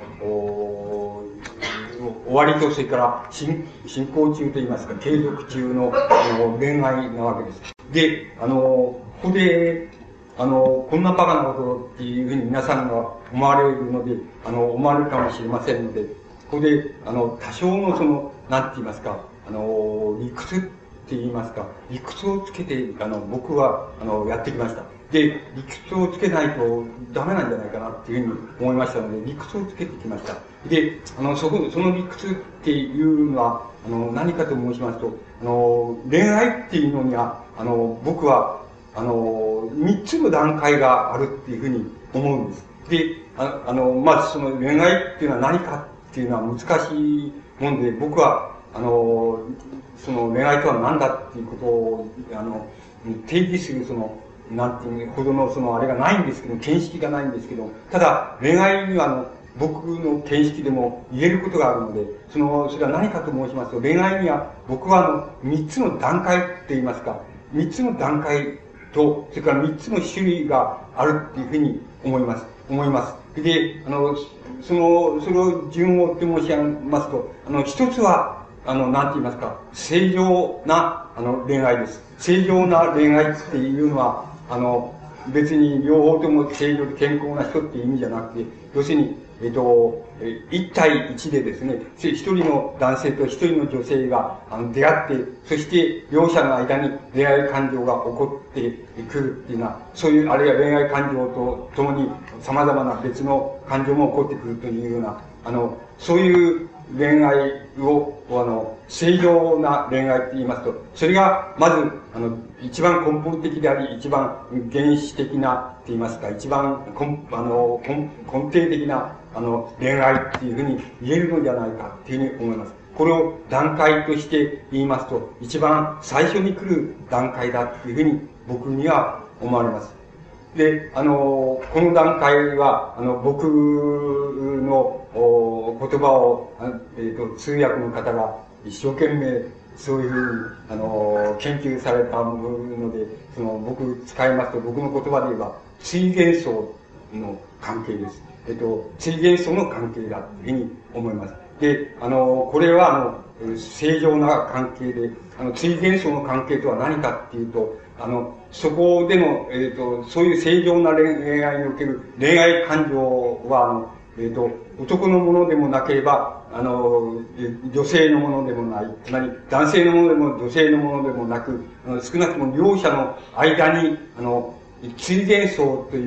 Speaker 1: 終わりと、それから進行中といいますか、継続中の恋愛なわけです。で、ここで、こんなバカなことっていうふうに皆さんが思われるので、思われるかもしれませんので、ここで、多少のなんて言いますか、理屈って言いますか、理屈をつけて、僕は、やってきました。で、理屈をつけないとダメなんじゃないかなっていうふうに思いましたので、理屈をつけてきました。で、その理屈っていうのは、何かと申しますと、恋愛っていうのには、僕は、三つの段階があるっていうふうに思うんです。で、まずその恋愛っていうのは何かっていうのは難しいもんで、僕は、その恋愛とは何だっていうことを、定義するなんていうほどのあれがないんですけど、見識がないんですけど、ただ、恋愛には僕の見識でも言えることがあるので、それは何かと申しますと、恋愛には、僕は三つの段階って言いますか、三つの段階と、それから三つの種類があるっていうふうに思います。で、それを順を追って申し上げますと、一つは、なんて言いますか、正常な、恋愛です。正常な恋愛っていうのは、別に両方とも正常で健康な人っていう意味じゃなくて、要するに、一対一でですね、一人の男性と一人の女性が出会って、そして両者の間に恋愛感情が起こってくるっていうのは、そういう、あるいは恋愛感情とともに様々な別の感情も起こってくるというような、そういう恋愛を、正常な恋愛って言いますと、それが、まず、一番根本的であり、一番原始的なって言いますか、一番根底的な、恋愛っていうふうに言えるのではないかっていうふうに思います。これを段階として言いますと、一番最初に来る段階だっていうふうに僕には思われます。で、この段階は、僕の言葉を、通訳の方が一生懸命そういうふうに、研究されたので、僕使いますと、僕の言葉で言えば、追幻想の関係です。追幻想の関係だというふうに思います。で、これは、正常な関係で、追幻想の関係とは何かっていうと、そこでの、そういう正常な恋愛における恋愛感情は、男のものでもなければ、女性のものでもない、つまり男性のものでも女性のものでもなく、少なくとも両者の間に、追幻想という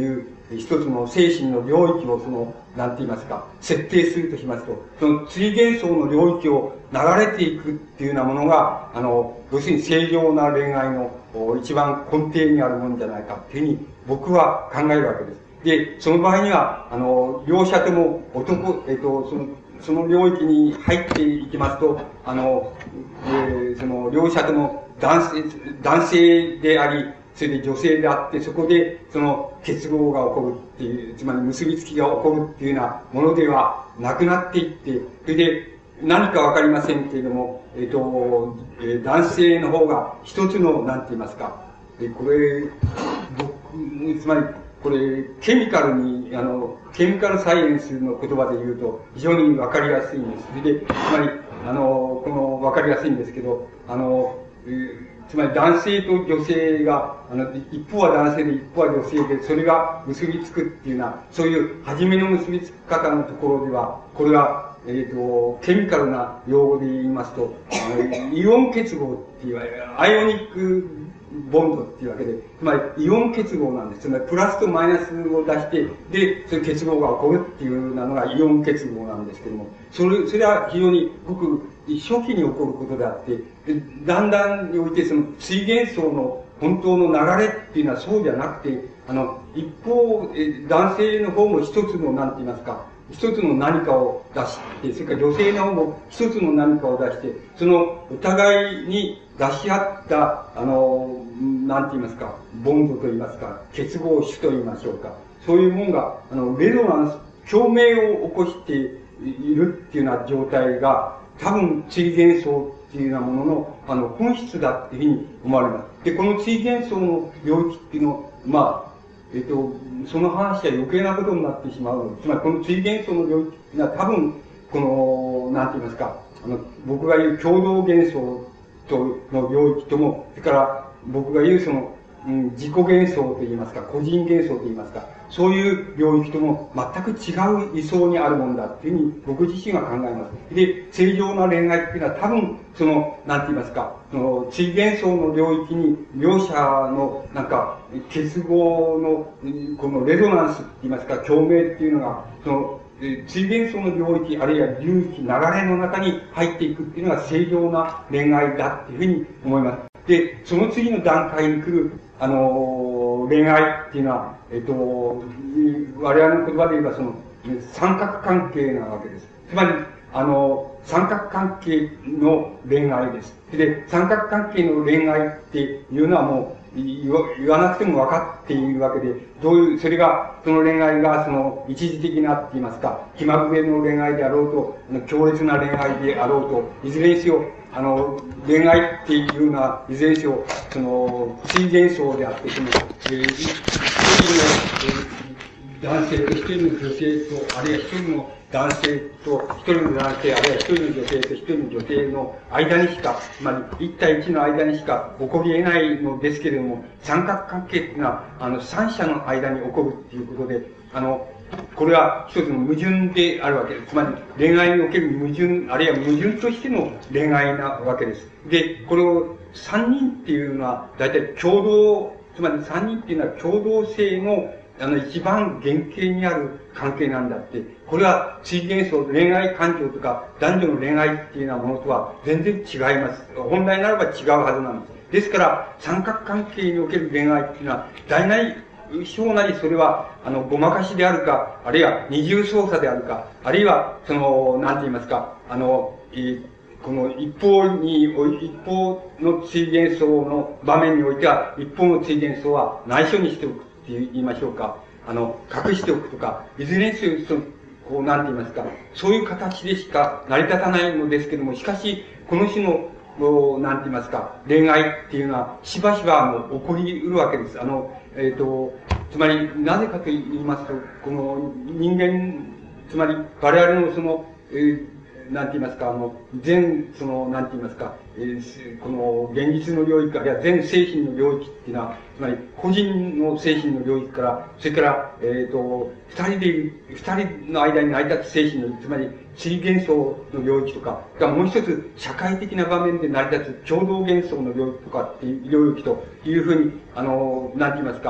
Speaker 2: 一つの精神の領域をなんて言いますか、設定するとしますと、その次元層の領域を流れていくっていうようなものが、要するに正常な恋愛の一番根底にあるものじゃないかっていうふうに僕は考えるわけです。で、その場合には、両者ともその領域に入っていきますと、その両者とも男性であり、それで女性であって、そこでその結合が起こるっていう、つまり結びつきが起こるっていうようなものではなくなっていって、それで何かわかりませんけれども、男性の方が一つの、なんて言いますか、これ、つまり、これ、ケミカルサイエンスの言葉で言うと、非常にわかりやすいんです。で、つまり、わかりやすいんですけど、つまり男性と女性が、一方は男性で一方は女性で、それが結びつくっていうような、そういう初めの結びつき方のところでは、これは、ケミカルな用語で言いますと、イオン結合っていう、アイオニックボンドっていうわけで、つまりイオン結合なんです。つまりプラスとマイナスを出して、で、そういう結合が起こるっていうのがイオン結合なんですけども、それは非常にごく初期に起こることであって、だんだんにおいてその水元層の本当の流れっていうのはそうじゃなくて、一方、男性の方も一つの、なんて言いますか、一つの何かを出して、それから女性の方も一つの何かを出して、そのお互いに出し合った、なんて言いますか、ボンドと言いますか、結合種と言いましょうか。そういうものが、レゾナンス、共鳴を起こしているっていうような状態が、多分、追元層っていうようなものの、本質だっていうふうに思われます。で、この追元層の領域っていうのを、まあ、その話は余計なことになってしまう。つまり、この追元層の領域っていうのは多分、この、なんて言いますか、僕が言う共同元素との領域とも、それから僕が言う自己幻想と言いますか、個人幻想と言いますか、そういう領域とも全く違う位相にあるもんだっていうふうに僕自身は考えます。で、正常な恋愛っていうのは多分、なんて言いますか、追幻想の領域に両者のなんか結合のこのレゾナンスって言いますか、共鳴っていうのが、追元層の領域、あるいは流域、流れの中に入っていくっていうのが正常な恋愛だっていうふうに思います。で、その次の段階に来る、恋愛っていうのは、我々の言葉で言えば三角関係なわけです。つまり、三角関係の恋愛です。で、三角関係の恋愛っていうのはもう、言わなくても分かっているわけで、それが、その恋愛が、一時的なって言いますか、気まぐれの恋愛であろうと、強烈な恋愛であろうと、いずれにせよ、恋愛っていうのは、いずれにせよ、追元層であって、一人の、男性と一人の女性と、あるいは一人の男性と一人の男性、あるいは一人の女性と一人の女性の間にしか、つまり一対一の間にしか起こり得ないのですけれども、三角関係っていうのは、三者の間に起こるっていうことで、これは一つの矛盾であるわけです。つまり恋愛における矛盾、あるいは矛盾としての恋愛なわけです。で、これを三人っていうのは、大体共同、つまり三人っていうのは共同性の一番原型にある関係なんだって。これは追元層、恋愛感情とか男女の恋愛っていうようなものとは全然違います。本来ならば違うはずなんです。ですから、三角関係における恋愛っていうのは、大なり、小なりそれは、ごまかしであるか、あるいは二重操作であるか、あるいは、なんて言いますか、この一方の追元層の場面においては、一方の追元層は内緒にしておくって言いましょうか。隠しておくとか、いずれにせよ、こう、なんて言いますか、そういう形でしか成り立たないのですけども、しかし、この種の、なんて言いますか、恋愛っていうのは、しばしば起こり得るわけです。つまり、なぜかと言いますと、この人間、つまり、我々のなんて言いますか、全、なんて言いますか、この現実の領域、あるいは全精神の領域っていうのは、つまり、個人の精神の領域から、それから、二人の間に成り立つ精神の、つまり、地理幻想の領域とか、もう一つ、社会的な場面で成り立つ共同幻想の領域とかっていう領域というふうに、なんて言いますか、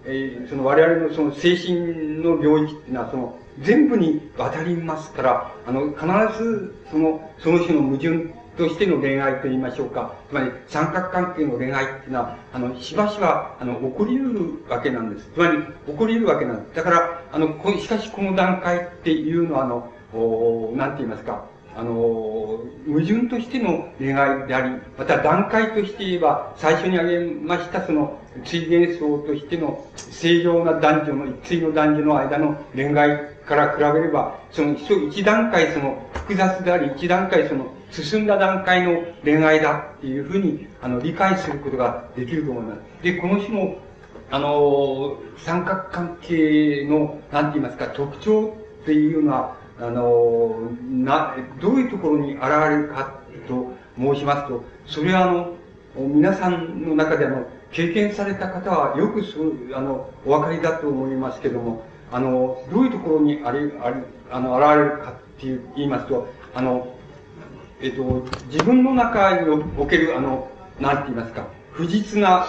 Speaker 2: その我々のその精神の領域っていうのは、その、全部にわたりますから、必ず、その種の矛盾としての恋愛と言いましょうか。つまり、三角関係の恋愛っていうのは、しばしば、起こり得るわけなんです。つまり、起こり得るわけなんです。だから、しかしこの段階っていうのは、なんて言いますか、矛盾としての恋愛であり、また段階として言えば、最初に挙げました、その、追幻想としての正常な男女の、一対の男女の間の恋愛から比べれば、その、一段階その、複雑であり、一段階その、進んだ段階の恋愛だっていうふうに、理解することができると思います。で、この種の、三角関係の、なんて言いますか、特徴っていうのは、どういうところに現れるかと申しますと、それは皆さんの中で経験された方はよくお分かりだと思いますけども、どういうところに現れるかって言いますと、自分の中における、なんて言いますか、不実な、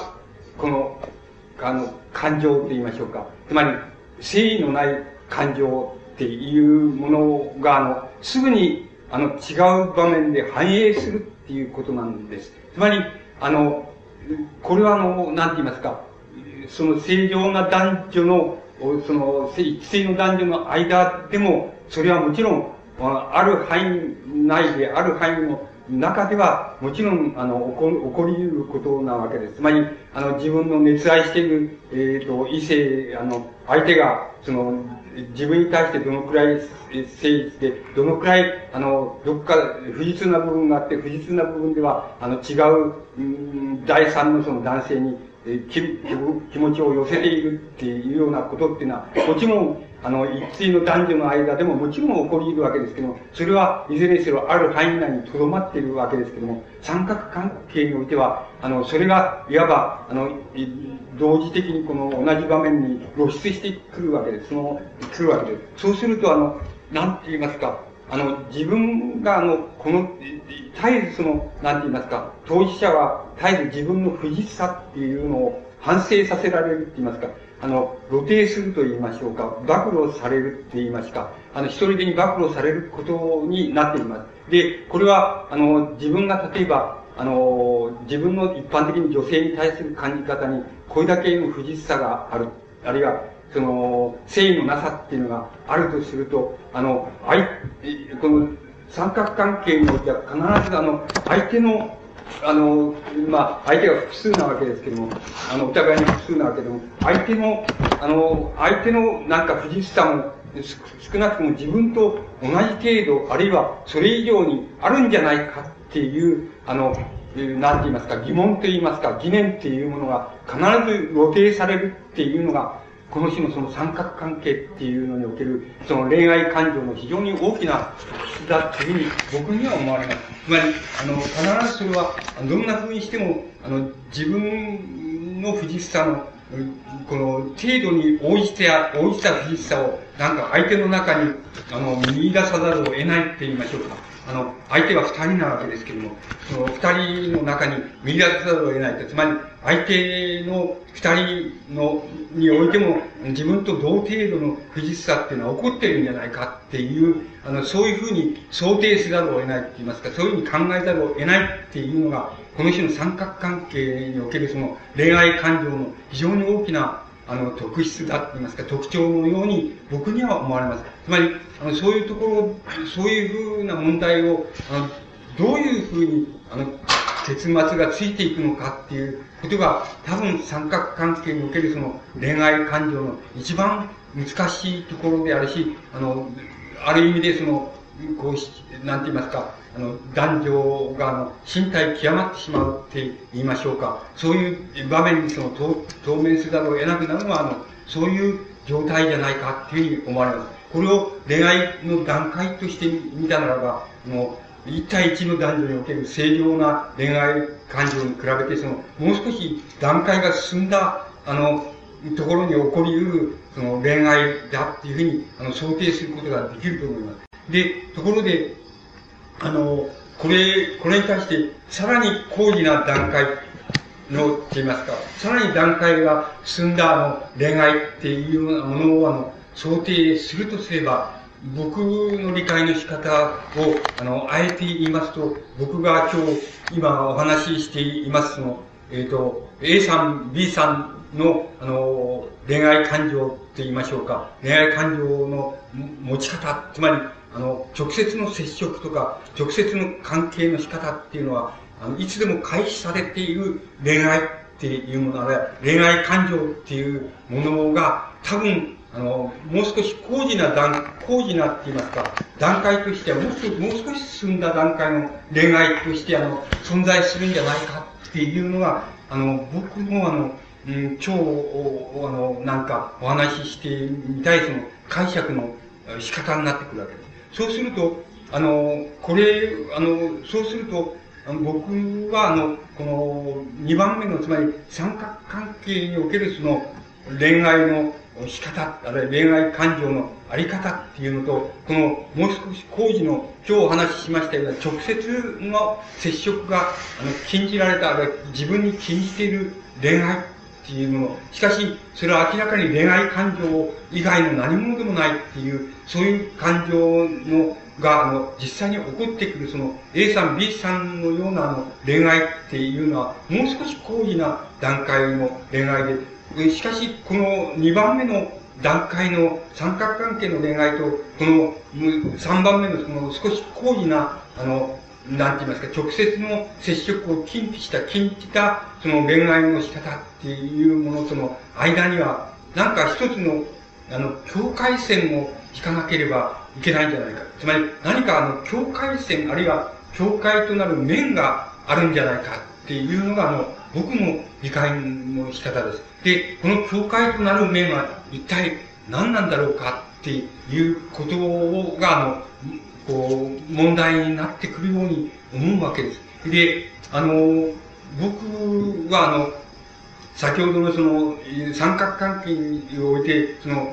Speaker 2: 感情と言いましょうか。つまり、誠意のない感情っていうものが、すぐに、違う場面で反映するっていうことなんです。つまり、これはなんて言いますか、その正常な男女の、その、一対の男女の間でも、それはもちろん、ある範囲内で、ある範囲の中では、もちろん、起こり得ることなわけです。つまり、自分の熱愛している、異性、相手が、その、自分に対してどのくらい誠実で、どのくらい、どっか不実な部分があって、不実な部分では、違う、第三のその男性に、気持ちを寄せているっていうようなことっていうのは、もちろん、一対の男女の間でももちろん起こり得るわけですけども、それはいずれにせよある範囲内に留まっているわけですけども、三角関係においては、それが、いわば、同時的にこの同じ場面に露出してくるわけです。来るわけです。そうすると、なんて言いますか、自分が絶えずなんて言いますか、当事者は絶えず自分の不実さっていうのを反省させられるって言いますか、露呈すると言いましょうか、暴露されるって言いますか、一人でに暴露されることになっています。で、これは、自分が例えば、自分の一般的に女性に対する感じ方に、これだけの不実さがある、あるいは、誠意のなさっていうのがあるとすると、この三角関係においては必ず相手の、相手が複数なわけですけども、お互いに複数なわけでも、相手のなんか不実さも、少なくとも自分と同じ程度、あるいはそれ以上にあるんじゃないかっていう、なんて言いますか、疑問と言いますか、疑念っていうものが必ず露呈されるっていうのが、この種のその三角関係っていうのにおける、その恋愛感情の非常に大きな特質だというふうに僕には思われます。つまり、必ずそれは、どんな風にしても、自分の不実さの、この程度に応じた不実さを、なんか相手の中に、見出さざるを得ないって言いましょうか。相手は二人なわけですけども、その二人の中に見出さざるを得ないと。つまり、相手の二人においても、自分と同程度の不実さっていうのは起こってるんじゃないかっていう、そういうふうに想定せざるを得ないって言いますか、そういうふうに考えざるを得ないっていうのが、この種の三角関係におけるその恋愛感情の非常に大きな特質だと言いますか、特徴のように僕には思われます。つまり、そういうところ、そういうふうな問題を、どういうふうに、結末がついていくのかっていうことが、多分三角関係におけるその恋愛感情の一番難しいところであるし、ある意味でなんて言いますか、男女が身体極まってしまうって言いましょうか。そういう場面に当面せざるを得なくなるのは、そういう状態じゃないかっていうふうに思われます。これを恋愛の段階として見たならば、一対一の男女における正常な恋愛感情に比べて、もう少し段階が進んだ、ところに起こり得る、恋愛だっていうふうに、想定することができると思います。で、ところで、これに対して、さらに高次な段階の、と言いますか、さらに段階が進んだ恋愛っていうようなものを想定するとすれば、僕の理解の仕方を、あえて言いますと、僕が今お話ししていますA さん、B さんの、恋愛感情と言いましょうか、恋愛感情の持ち方、つまり、直接の接触とか、直接の関係の仕方っていうのは、いつでも開始されている恋愛っていうものは、恋愛感情っていうものが、多分、もう少し高次なって言いますか、段階としてはもう少し進んだ段階の恋愛として存在するんじゃないかっていうのが、僕の今日、なんかお話ししてみたいその解釈の仕方になってくるわけです。そうすると、そうすると、僕はこの2番目の、つまり三角関係におけるその恋愛の仕方、あるいは恋愛感情のあり方っていうのと、このもう少し工事の今日お話ししましたような直接の接触が禁じられた、あるいは自分に禁じている恋愛っていうもの。しかし、それは明らかに恋愛感情以外の何者でもないっていう、そういう感情が、実際に起こってくる、その A さん、B さんのような恋愛っていうのは、もう少し高次な段階の恋愛で、しかし、この2番目の段階の三角関係の恋愛と、この3番目のその少し高次な、なんて言いますか、直接の接触を禁じた、その恋愛の仕方っていうものとの間には、なんか一つの、境界線を引かなければいけないんじゃないか。つまり、何か境界線、あるいは境界となる面があるんじゃないかっていうのが、僕の理解の仕方です。で、この境界となる面は一体何なんだろうかっていうことが、問題になってくるように思うわけです。で、僕は先ほどのその、三角関係において、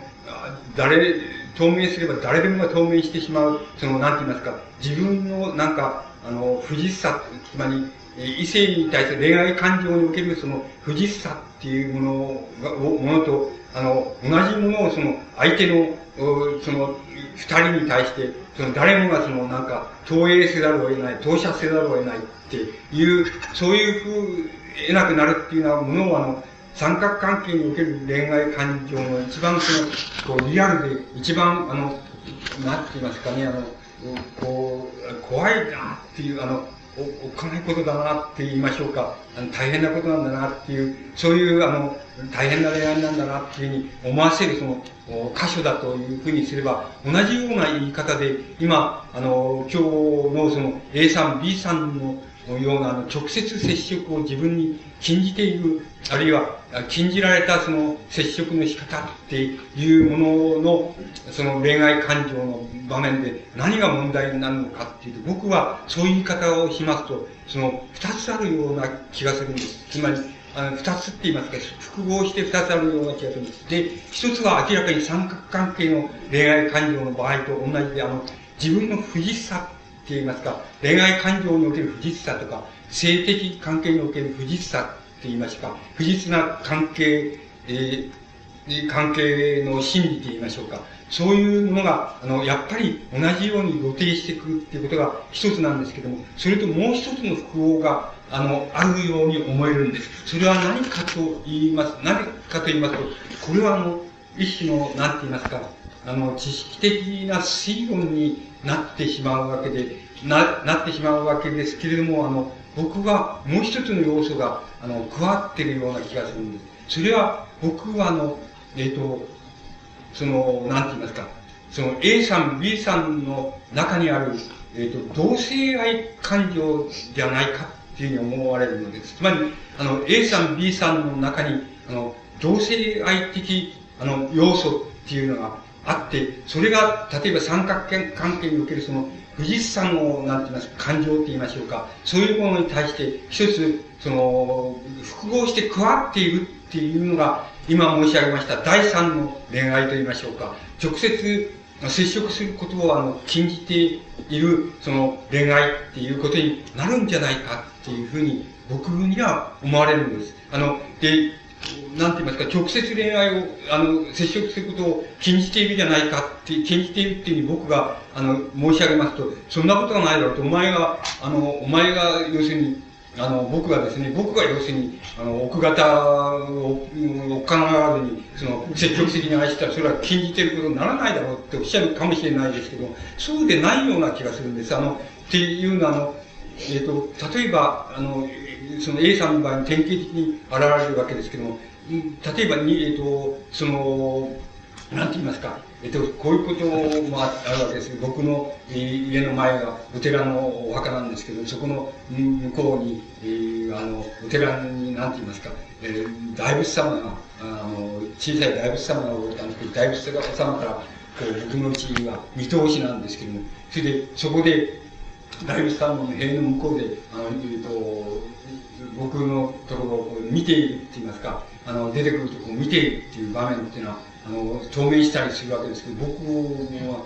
Speaker 2: 透明すれば誰でもが透明してしまう、なんて言いますか、自分のなんか、不実さ、つまり、異性に対する恋愛感情におけるその不実さっていうものと、同じものを相手の、二人に対して、誰もがなんか、投影せざるを得ない、投射せざるを得ないっていう、そういうふう、得なくなるっていうようなものを三角関係における恋愛感情の一番リアルで、一番なんて言いますかね、怖いなっていう、おっかないことだなって言いましょうか。大変なことなんだなっていう、そういう大変な恋愛なんだなっていうふうに思わせる箇所だというふうにすれば、同じような言い方で、今、今日のA さん、B さんのような直接接触を自分に禁じている、あるいは禁じられた接触の仕方っていうものの恋愛感情の場面で何が問題になるのかっていうと、僕はそういう言い方をしますと、二つあるような気がするんです。つまり、二つって言いますか、複合して二つあるような気がするんです。で、一つは明らかに三角関係の恋愛感情の場合と同じで、自分の不実さって言いますか、恋愛感情における不実さとか、性的関係における不実さって言いますか、不実な関係、関係の心理と言いましょうか。そういうものが、やっぱり同じように露呈してくるっていうことが一つなんですけども、それともう一つの複合が、あるように思えるんです。それは何かと言いますと、これは一種の、なんて言いますか、知識的な推論になってしまうわけで、なってしまうわけですけれども、僕はもう一つの要素が、加わっているような気がするんです。それは、僕はなんて言いますか、A さん、B さんの中にある、同性愛感情ではないかっていうふうに思われるのです。つまり、A さん、B さんの中に、同性愛的、要素っていうのがあって、それが、例えば三角関係における不実さの、なんて言いますか、感情って言いましょうか。そういうものに対して、一つ、複合して加わっているっていうのが、今申し上げました第三の恋愛と言いましょうか。直接接触することを禁じている、恋愛っていうことになるんじゃないかっていうふうに僕には思われるんです。で、なんて言いますか、直接恋愛を、接触することを禁じているじゃないかって、禁じているっていうふうに僕が、申し上げますと、そんなことがないだろうと、お前が、要するに、僕がですね、僕が要するに、奥方を考えらずに、積極的に愛したら、それは禁じていることにならないだろうっておっしゃるかもしれないですけど、そうでないような気がするんです。っていうのは、例えば、その A さんの場合に典型的に現れるわけですけども、例えばに、なんて言いますか、こういうこともあるわけですけど、僕の家の前がお寺のお墓なんですけど、そこの向こうに、お寺に、なんて言いますか、大仏様が、小さい大仏様がおられたんですけど、大仏様から、こう、僕のうちは見通しなんですけども、それで、そこで、大仏様の塀の向こうで、僕のところを見ているって言いますか、出てくるところを見ているっていう場面っていうのは、透明したりするわけですけど、僕は、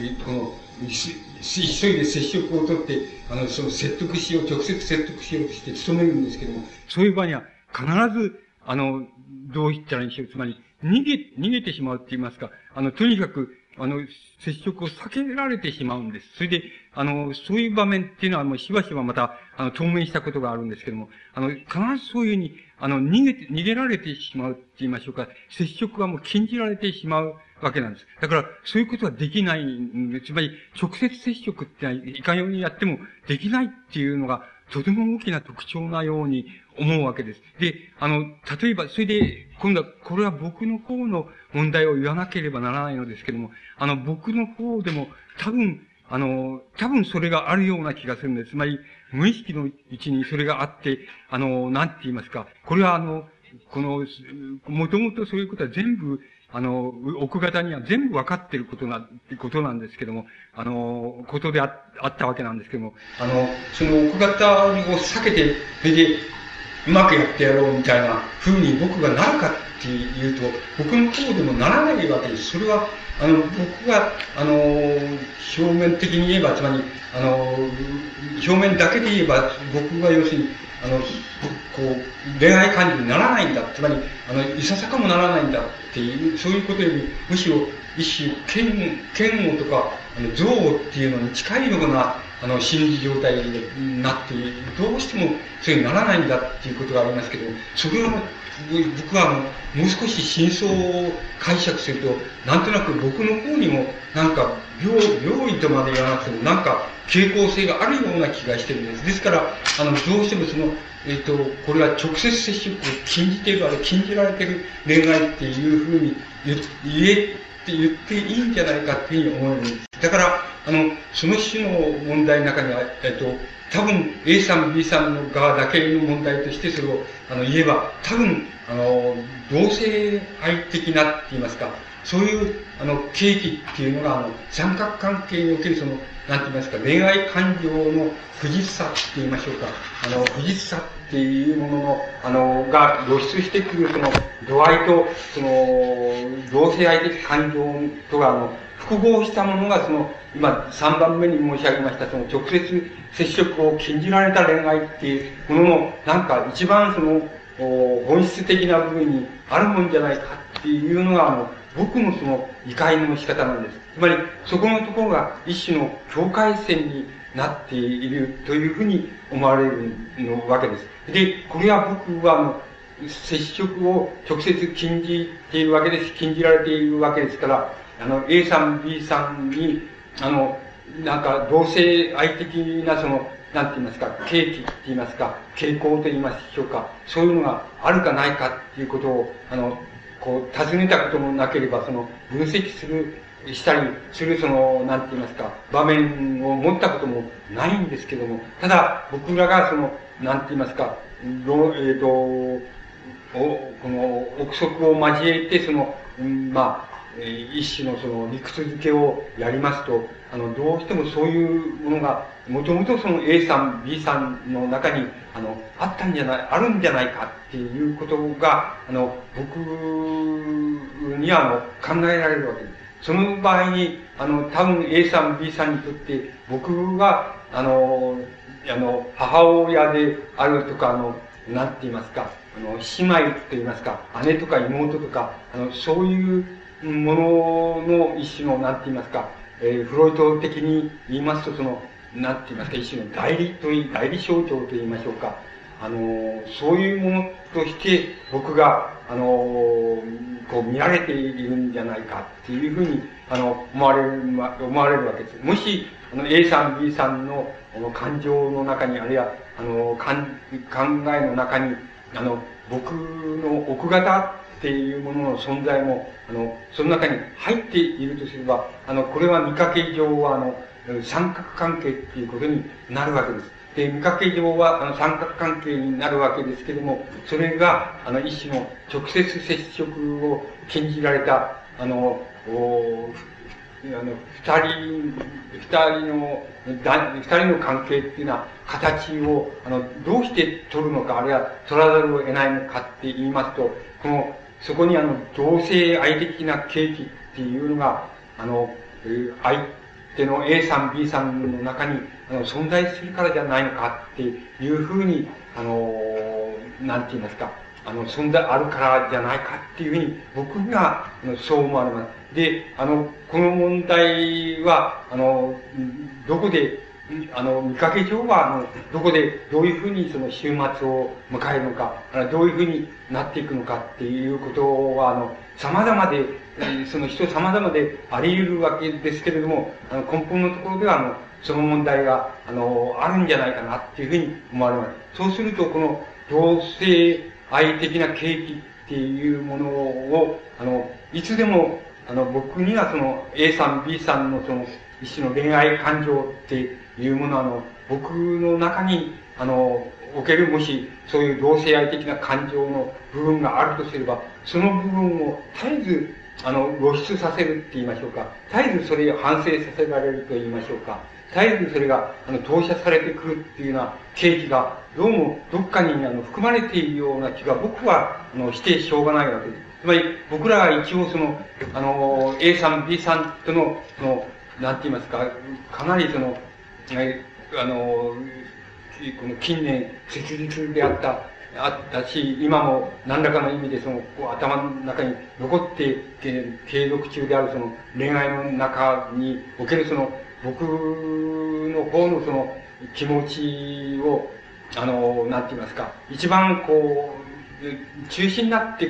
Speaker 2: 急いで接触を取って、直接説得しようとして努めるんですけども、そういう場合には、必ず、どう言ったらいいんでしょう。つまり、逃げてしまうって言いますか、とにかく、接触を避けられてしまうんです。それで、そういう場面っていうのは、もうしばしばまた、当面したことがあるんですけども、必ずそういうふうに、逃げられてしまうって言いましょうか、接触がもう禁じられてしまうわけなんです。だから、そういうことはできないんで、つまり、直接接触ってのは、いかようにやってもできないっていうのが、とても大きな特徴なように思うわけです。で、例えば、それで、今度は、これは僕の方の問題を言わなければならないのですけども、僕の方でも、多分それがあるような気がするんです。つまり、無意識のうちにそれがあって、なんて言いますか、これはもともとそういうことは全部、奥方には全部わかっていることなんですけども、ことであったわけなんですけども、その奥方を避けて、それで、うまくやってやろうみたいな風に僕がなるかっていうと、僕の方でもならないわけです。それは、僕が、表面的に言えば、つまり、表面だけで言えば、僕が要するに、こう、恋愛感情にならないんだ。つまり、いささかもならないんだっていう、そういうことより、むしろ、一種、嫌悪とか、憎悪っていうのに近いような、心理状態になって、どうしてもそういうにならないんだっていうことがありますけど、それは、僕はもう少し真相を解釈すると、なんとなく僕の方にも、なんか、病意とまで言わなくても、なんか、傾向性があるような気がしてるんです。ですから、どうしてもこれは直接接触を禁じている、禁じられている恋愛っていうふうに言っていいんじゃないかっていうふうに思うんです。だから、その種の問題の中には、多分 A さん B さんの側だけの問題としてそれを言えば、多分同性愛的なって言いますか、そういう契機っていうのが三角関係におけるなんて言いますか、恋愛感情の不実さって言いましょうか、不実さっていうものが露出してくる度合いと、同性愛的感情とが複合したものが今3番目に申し上げました直接接触を禁じられた恋愛っていうもののなんか一番本質的な部分にあるもんじゃないかっていうのが僕の理解の仕方なんです。つまりそこのところが一種の境界線になっているというふうに思われるわけです。で、これは僕は接触を直接禁じているわけです。禁じられているわけですから、A さん、B さんに、なんか、同性愛的な、なんて言いますか、契機って言いますか、傾向と言いましょうか、そういうのがあるかないかっていうことを、こう、尋ねたこともなければ、分析したりする、なんて言いますか、場面を持ったこともないんですけども、ただ、僕らが、なんて言いますか、この憶測を交えて、一種の理屈付けをやりますと、どうしてもそういうものが、もともとA さん、B さんの中に、あるんじゃないかっていうことが、僕には考えられるわけです。 その場合に、多分 A さん、B さんにとって、僕が、母親であるとか、なんて言いますか、姉妹と言いますか、姉とか妹とか、そういうものの一種の、なんて言いますか、フロイト的に言いますと、なんて言いますか、一種の代理象徴と言いましょうか。そういうものとして、僕が、こう見られているんじゃないかっていうふうに、思われるわけです。もし、A さん、B さんの、感情の中に、あるいは、考えの中に、僕の奥方っていうものの存在も、その中に入っているとすれば、これは見かけ上は、三角関係っていうことになるわけです。で、見かけ上は、三角関係になるわけですけども、それが、一種の直接接触を禁じられた、二人の関係っていうのは、形を、どうして取るのか、あるいは取らざるを得ないのかって言いますと、そこに同性愛的な契機っていうのが、相手の A さん、B さんの中に、存在するからじゃないのかっていうふうに、なんて言いますか、存在あるからじゃないかっていうふうに、僕が、そう思われます。で、この問題は、どこで、見かけ上は、どこで、どういうふうにその終末を迎えるのか、どういうふうになっていくのかっていうことは、様々で、その人様々であり得るわけですけれども、根本のところでは、その問題が、あるんじゃないかなっていうふうに思われます。そうすると、この同性愛的な契機っていうものを、いつでも、僕にはその A さん、B さんのその一種の恋愛感情っていうものは、僕の中に、おけるもし、そういう同性愛的な感情の部分があるとすれば、その部分を絶えず、露出させるって言いましょうか。絶えずそれを反省させられると言いましょうか。絶えずそれが、投射されてくるっていうような契機が、どうもどっかに含まれているような気が僕は、してしょうがないわけです。つまり、僕らは一応A さん、B さんとの、なんて言いますか、かなりこの近年、切実であったし、今も何らかの意味で頭の中に残って継続中である恋愛の中における僕の方の気持ちを、なんて言いますか、一番中心になって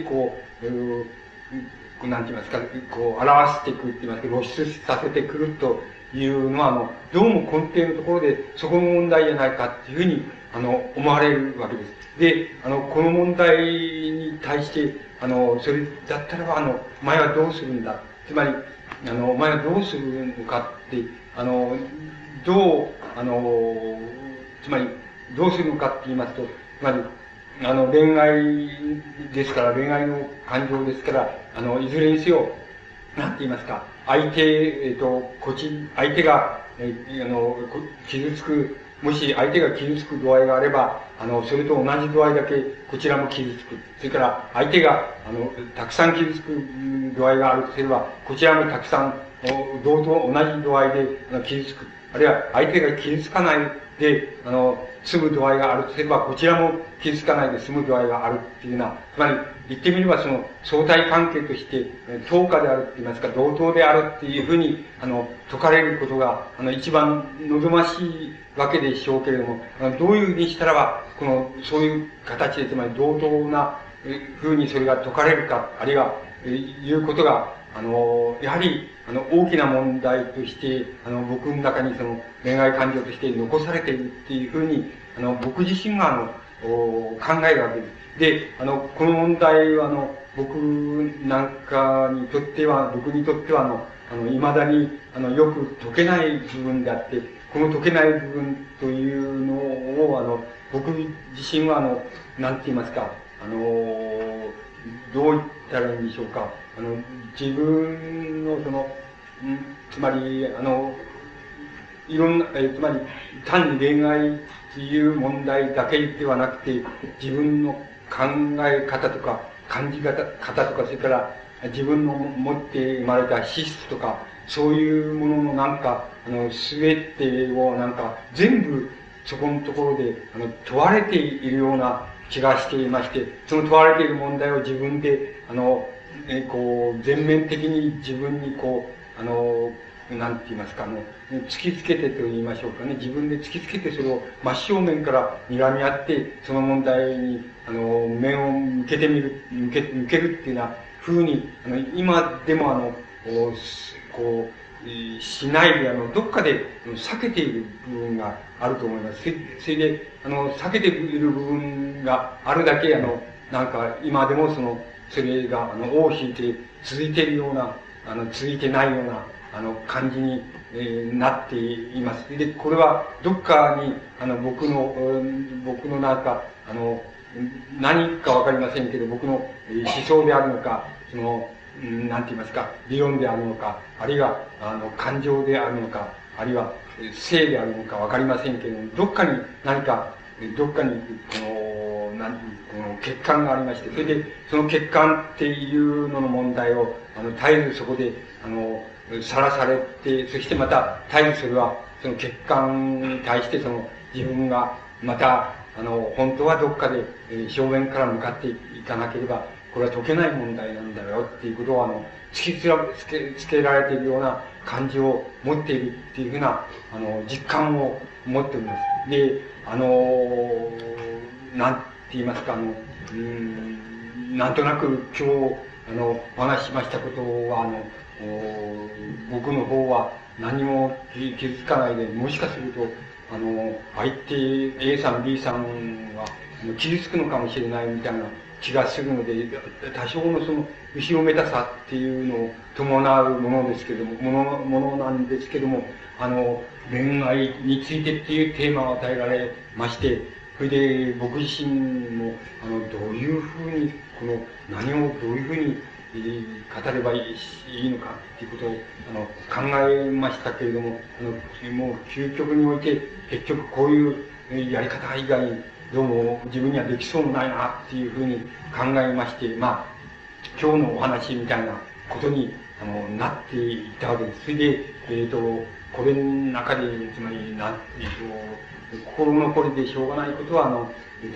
Speaker 2: なんて言いますか、表していくって言いますか、露出させてくるというのは、どうも根底のところで、そこの問題じゃないかっていうふうに、思われるわけです。で、この問題に対して、それだったらば、お前はどうするんだ。つまり、お前はどうするのかって、つまり、どうするのかって言いますと、つまり、恋愛ですから、恋愛の感情ですから、いずれにせよ、なんて言いますか、相手が、傷つく、もし相手が傷つく度合いがあれば、それと同じ度合いだけ、こちらも傷つく。それから、相手が、たくさん傷つく度合いがあるとすれば、こちらもたくさん、同じ度合いで傷つく。あるいは、相手が傷つかないで、済む度合いがあるとすれば、こちらも傷つかないで済む度合いがあるっていうような、つまり、言ってみれば相対関係として、等価であるって言いますか、同等であるっていうふうに、説かれることが、一番望ましいわけでしょうけれども、どういうふうにしたらば、そういう形で、つまり同等なふうにそれが説かれるか、あるいは、いうことが、やはり、大きな問題として、僕の中に恋愛感情として残されているっていうふうに、僕自身が、考えるわけです。で、この問題は、僕にとっては、未だに、よく解けない部分であって、この解けない部分というのを、僕自身は、なんて言いますか、どう言ったらいいんでしょうか。自分のつまり、いろんな、つまり、単に恋愛という問題だけではなくて、自分の考え方とか、感じ方とか、それから、 自分の持って生まれた資質とか、そういうもののなんか、すべてをなんか、全部、そこのところで、問われているような気がしていまして、その問われている問題を自分で、こう、全面的に自分にこう、なんて言いますかね、突きつけてと言いましょうかね、自分で突きつけてそれを真正面から睨み合って、その問題に、面を向けてみる、向けるっていうような風に、今でもこう、しないで、どっかで避けている部分があると思います。それで、避けている部分があるだけ、なんか、今でもそれが、尾を引いて続いているような、続いてないような、感じに、なっています。で、これは、どっかに、僕のなんか、何かわかりませんけど、僕の思想であるのか、なんて言いますか、理論であるのか、あるいは、感情であるのか、あるいは、性であるのかわかりませんけど、どっかに何か、どっかに、この欠陥がありまして、それで、その欠陥っていうのの問題を、絶えずそこで、さらされて、そしてまた、絶えずそれは、その欠陥に対して、自分が、また、本当はどっかで、正面から向かっていかなければ、これは解けない問題なんだよっていうことを、突きつけられているような感じを持っているっていうふうな、実感を持っております。で、なんて言いますか、なんとなく今日、お話ししましたことは、僕の方は何も気づかないで、もしかすると、相手 A さん B さんは傷つくのかもしれないみたいな気がするので、多少の後ろめたさっていうのを伴うものですけども、ものなんですけども、恋愛についてっていうテーマを与えられまして、それで僕自身も、どういうふうに、何をどういうふうに語ればいいのかっていうことを考えましたけれども、もう究極において結局こういうやり方以外にどうも自分にはできそうもないなっていうふうに考えまして、まあ今日のお話みたいなことになっていったわけです。それで、これの中で、つまり心残りでしょうがないことは、も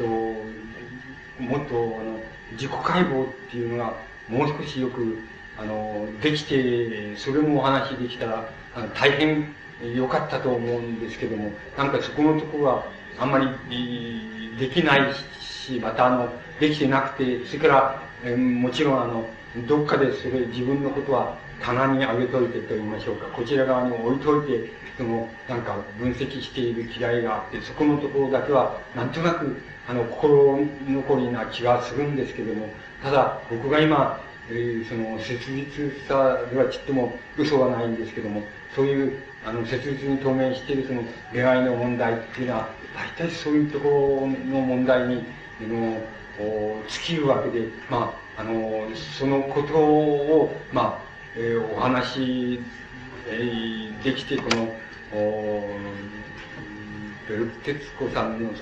Speaker 2: っと自己解剖っていうのがもう少しよく、できて、それもお話できたら、大変良かったと思うんですけども、なんかそこのところは、あんまり、できないし、またできてなくて、それから、もちろんどっかで自分のことは棚に上げといてと言いましょうか、こちら側に置いといて、なんか分析している嫌いがあって、そこのところだけは、なんとなく、心残りな気がするんですけども、ただ、僕が今、切実さではちっとも嘘はないんですけども、そういう、切実に当面している恋愛の問題っていうのは、大体そういうところの問題に、尽きるわけで、まあ、そのことを、まあ、お話、できて、ベルテツコさんの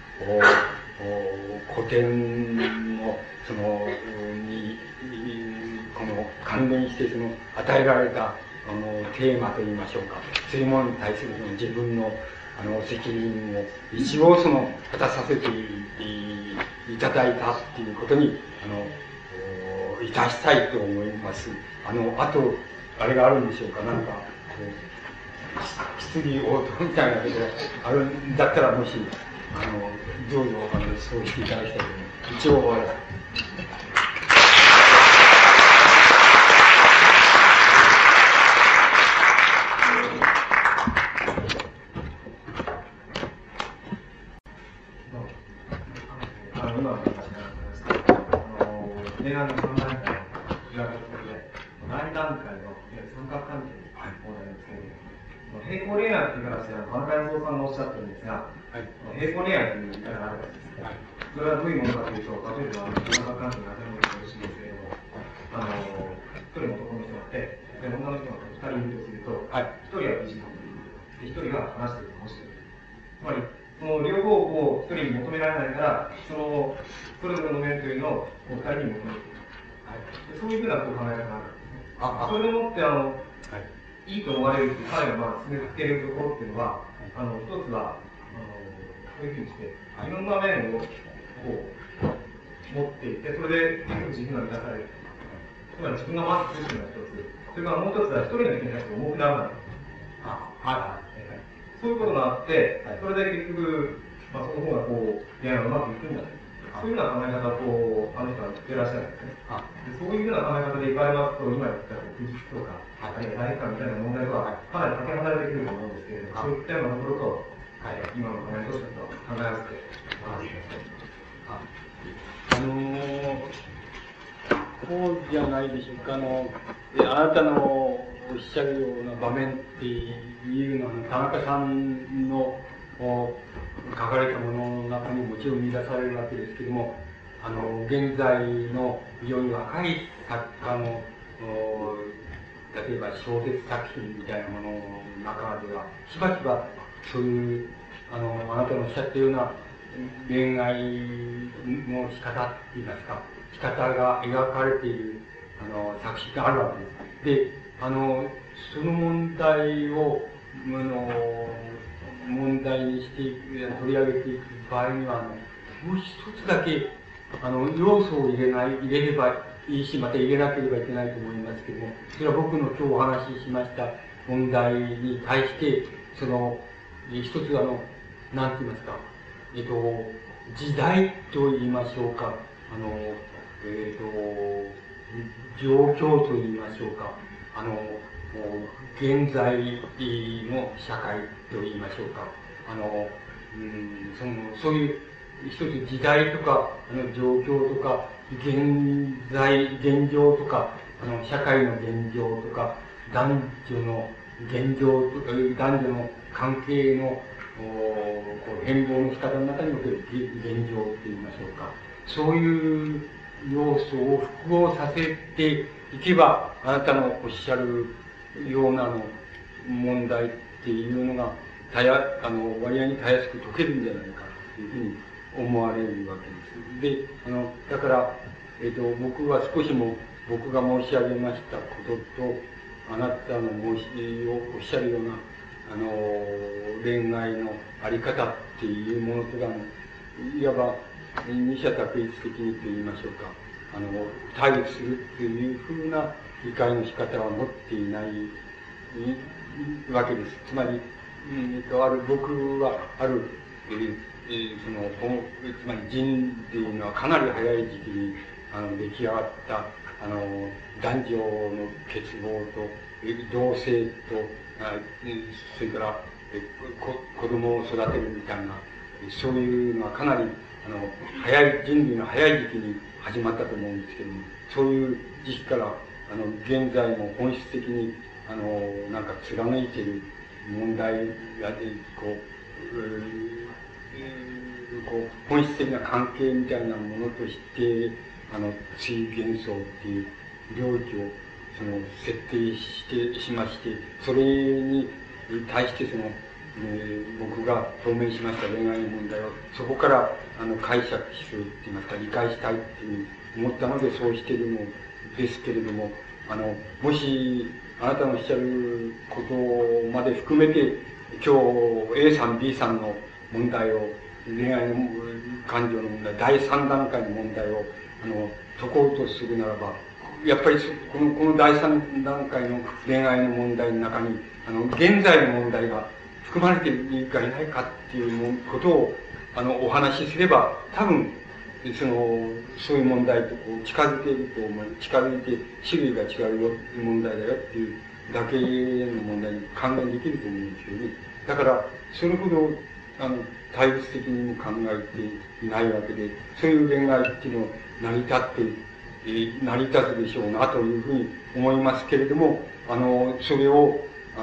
Speaker 2: 古典の、に、関連して、与えられた、テーマといいましょうか、そういうものに対する自分の、責任を一応果たさせていただいたっていうことに、いたしたいと思います。あと、あれがあるんでしょうか、なんか、質疑応答みたいなことがあるんだったら、もし、どうぞ、そうしていただきたいと思います。一応、
Speaker 3: 今の話なんですけど、恋愛の3段階の裏のところで、第2段階の三角関係の問題なんですけど、平行恋愛という形で、田中康夫さんがおっしゃってるんですが、平行恋愛という言い方があるわけですね。それはどういうものかというと、例えば三角関係に当てはめるとよろしいんですけれども、一人の男の人がいて、で女の人が2人いるとすると、一人はビジネスで、一人が話しているかもしれない。つまり、その両方を一人に求められないから、それぞれの面というのを二人に求めている。 そういうふうな考え方があるんですね。それでもっていいと思われるって彼が進めているところっていうのは、一つはこういうふうにして、いろんな面を持っていて、それで自分が満たされる。つまり自分がまず苦しむのが一つ。それからもう一つは一人の意見に対して重くならない。そういうことがあって、それで結局、その方が恋愛がうまくいくんだと。そういうような考え方をあの人は言ってらっしゃるんですね。そういうような考え方でいかれますと、今言った技術とか、あるいは誰かみたいな問題とはかなりかけ離れてくると思うんですけれども、そういったようなところと、今の考えとしてと考え合わせてお話し
Speaker 2: ます。こうじゃないでしょうか。あなたのおっしゃるような場面っていうのは、田中さんの書かれたものの中にもちろん見出されるわけですけども、現在の非常に若い作家の、例えば小説作品みたいなものの中では、しばしばそういう、あなたのおっしゃったような恋愛の仕方って言いますか、仕方が描かれている、作品があるわけです。で、その問題を、問題にしていく、取り上げていく場合には、もう一つだけ、要素を入れればいいし、また入れなければいけないと思いますけども、それは僕の今日お話ししました問題に対して、一つなんて言いますか、時代と言いましょうか、状況と言いましょうか、現在の社会と言いましょうか、そういう一つ時代とか、状況とか、現状とか、社会の現状とか、男女の現状とか、男女の関係の変貌の仕方の中における現状と言いましょうか。そういう要素を複合させていけば、あなたのおっしゃるような問題っていうのが、割合にたやすく解けるんじゃないかというふうに思われるわけです。で、だから、僕は少しも僕が申し上げましたことと、あなたのおっしゃるような、恋愛のあり方っていうものとが、いわば二者択一的にと言いましょうか、対立するっていうふうな理解の仕方は持っていないわけです。つまり、僕はつまり人類のはかなり早い時期に出来上がった男女の結合と同性とそれから子供を育てるみたいな、そういうのはかなり人類の早い時期に始まったと思うんですけども、そういう時期から現在も本質的になんか貫いている問題が本質的な関係みたいなものとして対幻想っていう領域を設定しまして、それに対して僕が表明しました恋愛の問題をそこから解釈するって言いますか、理解したいっていうふうに思ったのでそうしているのですけれども、もしあなたのおっしゃることまで含めて今日 A さん B さんの問題を、恋愛の感情の問題、第3段階の問題を解こうとするならば、やっぱりこの第3段階の恋愛の問題の中に現在の問題が含まれているかいないかっていうことをお話しすれば、多分そういう問題と近づけると思い、近づいて種類が違うよ問題だよっていうだけの問題に還元できると思うんですよね。だからそれほど対立的にも考えていないわけで、そういう恋愛っていうのを成り立つでしょうなというふうに思いますけれども、それを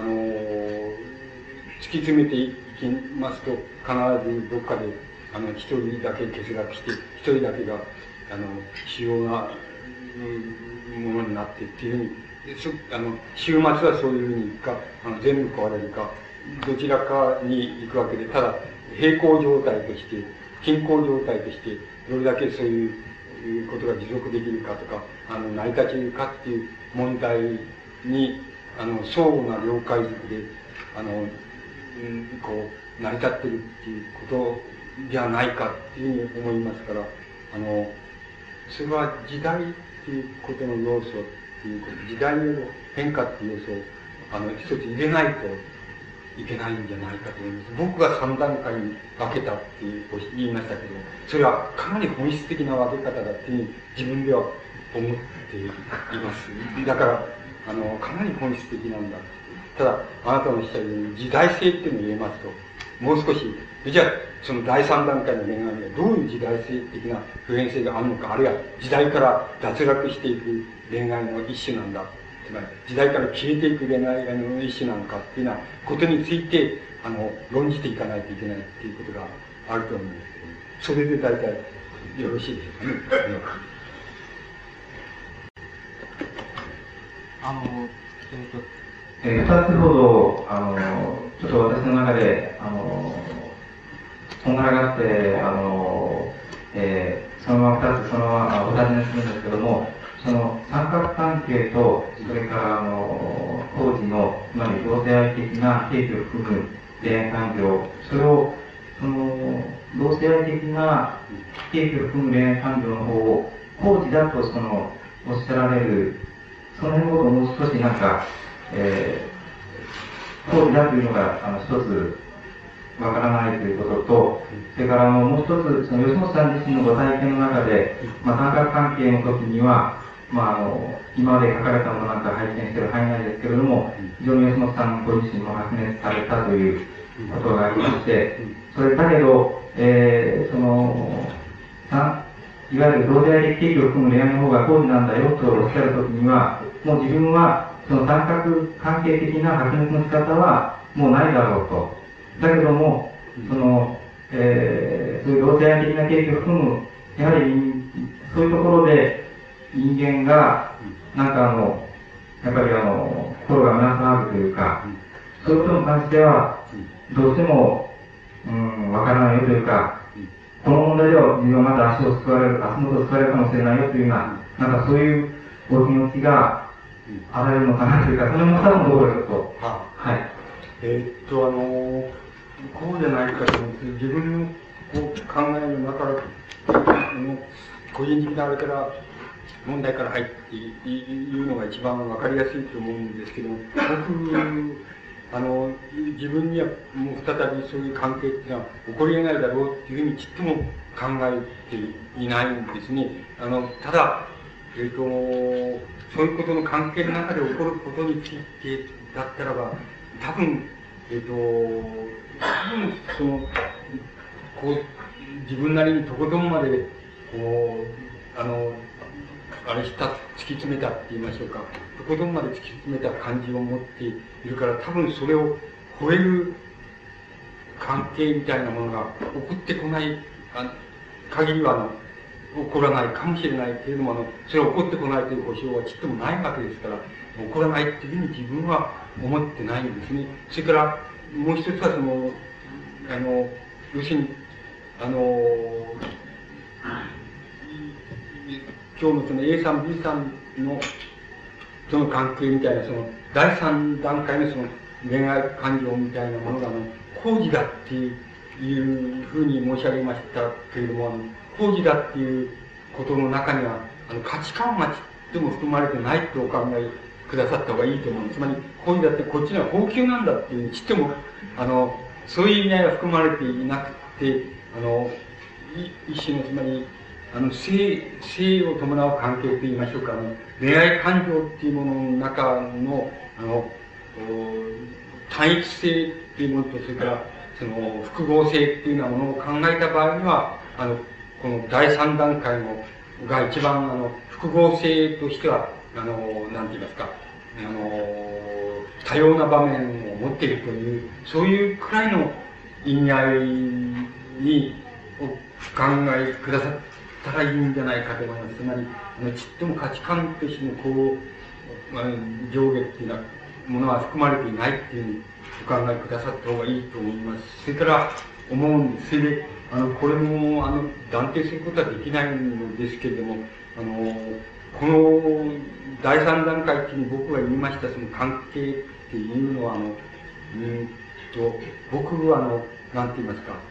Speaker 2: 突き詰めていきますと、必ずどっかで一人だけ欠落して、一人だけが主要なものになってっていうふうに、週末はそういうふうに行くか、全部壊れるか、どちらかに行くわけで、ただ平行状態として、均衡状態として、どれだけそういうことが持続できるかとか、成り立ちるかっていう問題に、相互な了解軸で、こう、成り立ってるっていうことではないかっていうふうに思いますから、それは時代っていうことの要素っていうこと、時代による変化っていう要素を、一つ入れないといけないんじゃないかと思います。僕が3段階に分けたって言いましたけど、それはかなり本質的な分け方だっていう自分では思っています。だから、かなり本質的なんだ。ただ、あなたのおっしゃるように時代性っていうのを言えますと、もう少し、じゃあ、その第3段階の恋愛にはどういう時代性的な普遍性があるのか、あるいは時代から脱落していく恋愛の一種なんだ。つまり、時代から消えていく恋愛の一種なのかっていうようなことについて、論じていかないといけないっていうことがあると思うんですけど、それで大体よろしいでしょうかね。
Speaker 4: 2つほど、ちょっと私の中で、こんがらがって、そのまま2つ、そのままお尋ねするんですけども、その三角関係と、それから当時の、つまり同性愛的な契機を含む恋愛感情、それを、同性愛的な契機を含む恋愛感情の方を、当時だとおっしゃられる、その辺のことをもう少しなんか、当時だというのが一つわからないということと、それからもう一つ、その吉本さん自身のご体験の中で、三角関係の時には、今まで書かれたものなんか拝見している範囲内ですけれども、非常に吉本さんご自身も白熱されたということがありまして、それだけど、いわゆる同性愛的契機を含む恋愛の方が当時なんだよとおっしゃるときには、もう自分はその三角関係的な白熱の仕方はもうないだろうと。だけども、そういう同性愛的な契機を含む、やはりそういうところで人間が、なんかやっぱり心が虚さるというか、そういうことに関しては、どうしても、わからないよというか、この問題では自分はまた足元を救われるかもしれないよというような、なんかそういうお気持ちがあられるのかなというか、その2つのところをちょっと。はい。
Speaker 2: こうじゃないかと思って、自分の考えの中から、個人的なあれから、問題から入っていうのが一番わかりやすいと思うんですけど、自分にはもう再びそういう関係っていうのは起こり得ないだろうっていうふうにちっとも考えていないんですね。ただ、そういうことの関係の中で起こることについてだったらば、多分、自分なりにとことんまで、突き詰めたって言いましょうか。とことんまで突き詰めた感じを持っているから、多分それを超える関係みたいなものが起こってこない限りは起こらないかもしれないけれども、それが起こってこないという保証はちっともないわけですから、起こらないっていうふうに自分は思ってないんですね。それから、もう一つは要するに、今日のその A さん B さんのその関係みたいな、その第3段階のその恋愛感情みたいなものが工事だっていうふうに申し上げましたけれども、工事だっていうことの中には価値観がちっとも含まれてないとお考えくださった方がいいと思うんです。つまり工事だってこっちには高級なんだっていうちっともそういう意味合いが含まれていなくて、一種のつまり性を伴う関係といいましょうか、恋愛感情っていうものの中の単一性っていうものと、それからその複合性っていうようなものを考えた場合には、この第3段階のが一番複合性としてはなんて言いますか、多様な場面を持っているという、そういうくらいの意味合いにお考えくださったらいいんじゃないかと思います。つまりちっとも価値観としての上下っていうようなものは含まれていないっていうふうにお考えくださった方がいいと思います。それから思うんです。それでこれも、断定することはできないのですけれども、この第三段階っていうに僕が言いましたその関係っていうのは、僕はなんて言いますか、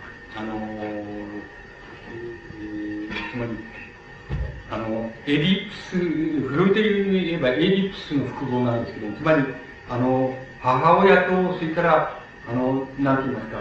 Speaker 2: つまり、エリプス、フロイトに言えばエリプスの複合なんですけど、つまり、母親と、それから、なんて言いますか、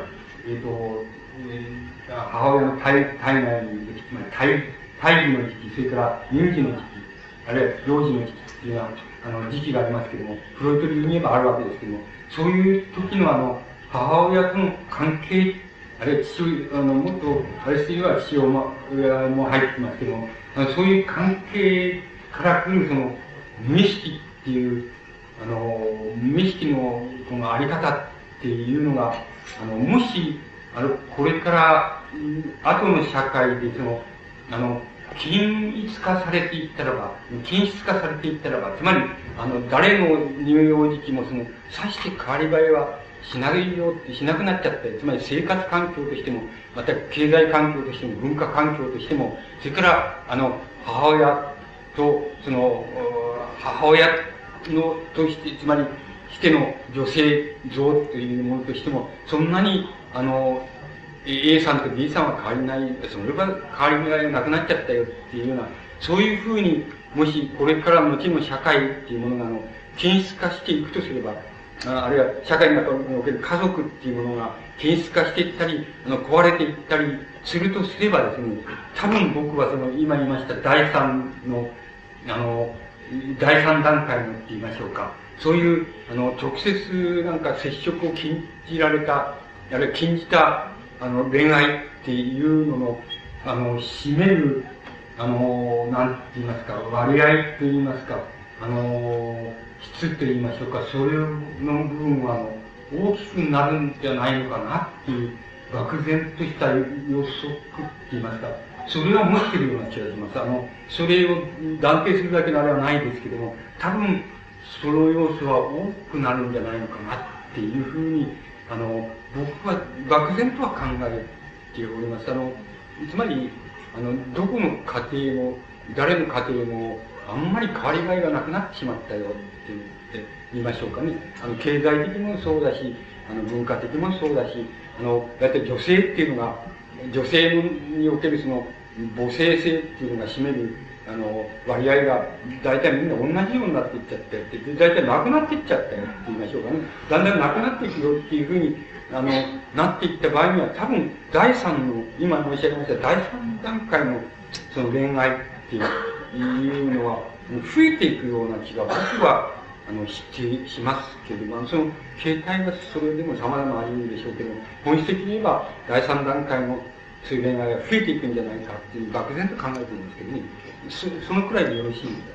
Speaker 2: 母親の体内の時期、つまり胎児の時期、それから乳児の時期、あるいは幼児の時期っていうような、時期がありますけども、フロイト流に言えばあるわけですけども、そういう時の母親との関係、あるいは父親、もっと、あれしていは父親も入ってますけども、そういう関係から来るその、無意識っていう、無意識のこのあり方っていうのが、もし、これから、後の社会でその、均一化されていったらば、均質化されていったらば、つまり、誰の乳幼児期もその、さして変わり映えはしないよってしなくなっちゃって、つまり生活環境としても、また経済環境としても、文化環境としても、それから、母親と、その、母親の、として、つまり、しての女性像というものとしても、そんなに、A さんと B さんは変わりない、それは変わりがなくなっちゃったよっていうような、そういうふうに、もしこれから後の社会っていうものが均質化していくとすれば、あるいは社会の中における家族っていうものが均質化していったり、壊れていったりするとすればですね、多分僕はその今言いました第三の、第三段階のって言いましょうか、そういう、直接なんか接触を禁じられた、あるいは禁じた、恋愛っていうのの、占める、なんて言いますか、割合と言いますか、質と言いましょうか、それの部分は、大きくなるんじゃないのかなっていう、漠然とした予測って言いますか、それは持ってるような気がします。それを断定するだけのあれはないですけども、多分、その要素は多くなるんじゃないのかなっていうふうに、僕は漠然とは考えております。つまり、どこの家庭も、誰の家庭も、あんまり変わり映えがなくなってしまったよって言いましょうかね。経済的もそうだし、文化的もそうだし、だいたい女性っていうのが、女性におけるその、母性性っていうのが占める、割合が、だいたいみんな同じようになっていっちゃったよって、だいたいなくなっていっちゃったよって言いましょうかね。だんだんなくなっていくよっていうふうに、なっていった場合には、多分、第三の、今申し上げました第三段階の、その恋愛っていうのは、増えていくような気が、僕は、しますけれども、その形態はそれでも様々あるんでしょうけども、本質的に言えば、第三段階のそういう恋愛が増えていくんじゃないかっていう、漠然と考えてるんですけどね、そのくらいでよろしいみたいな。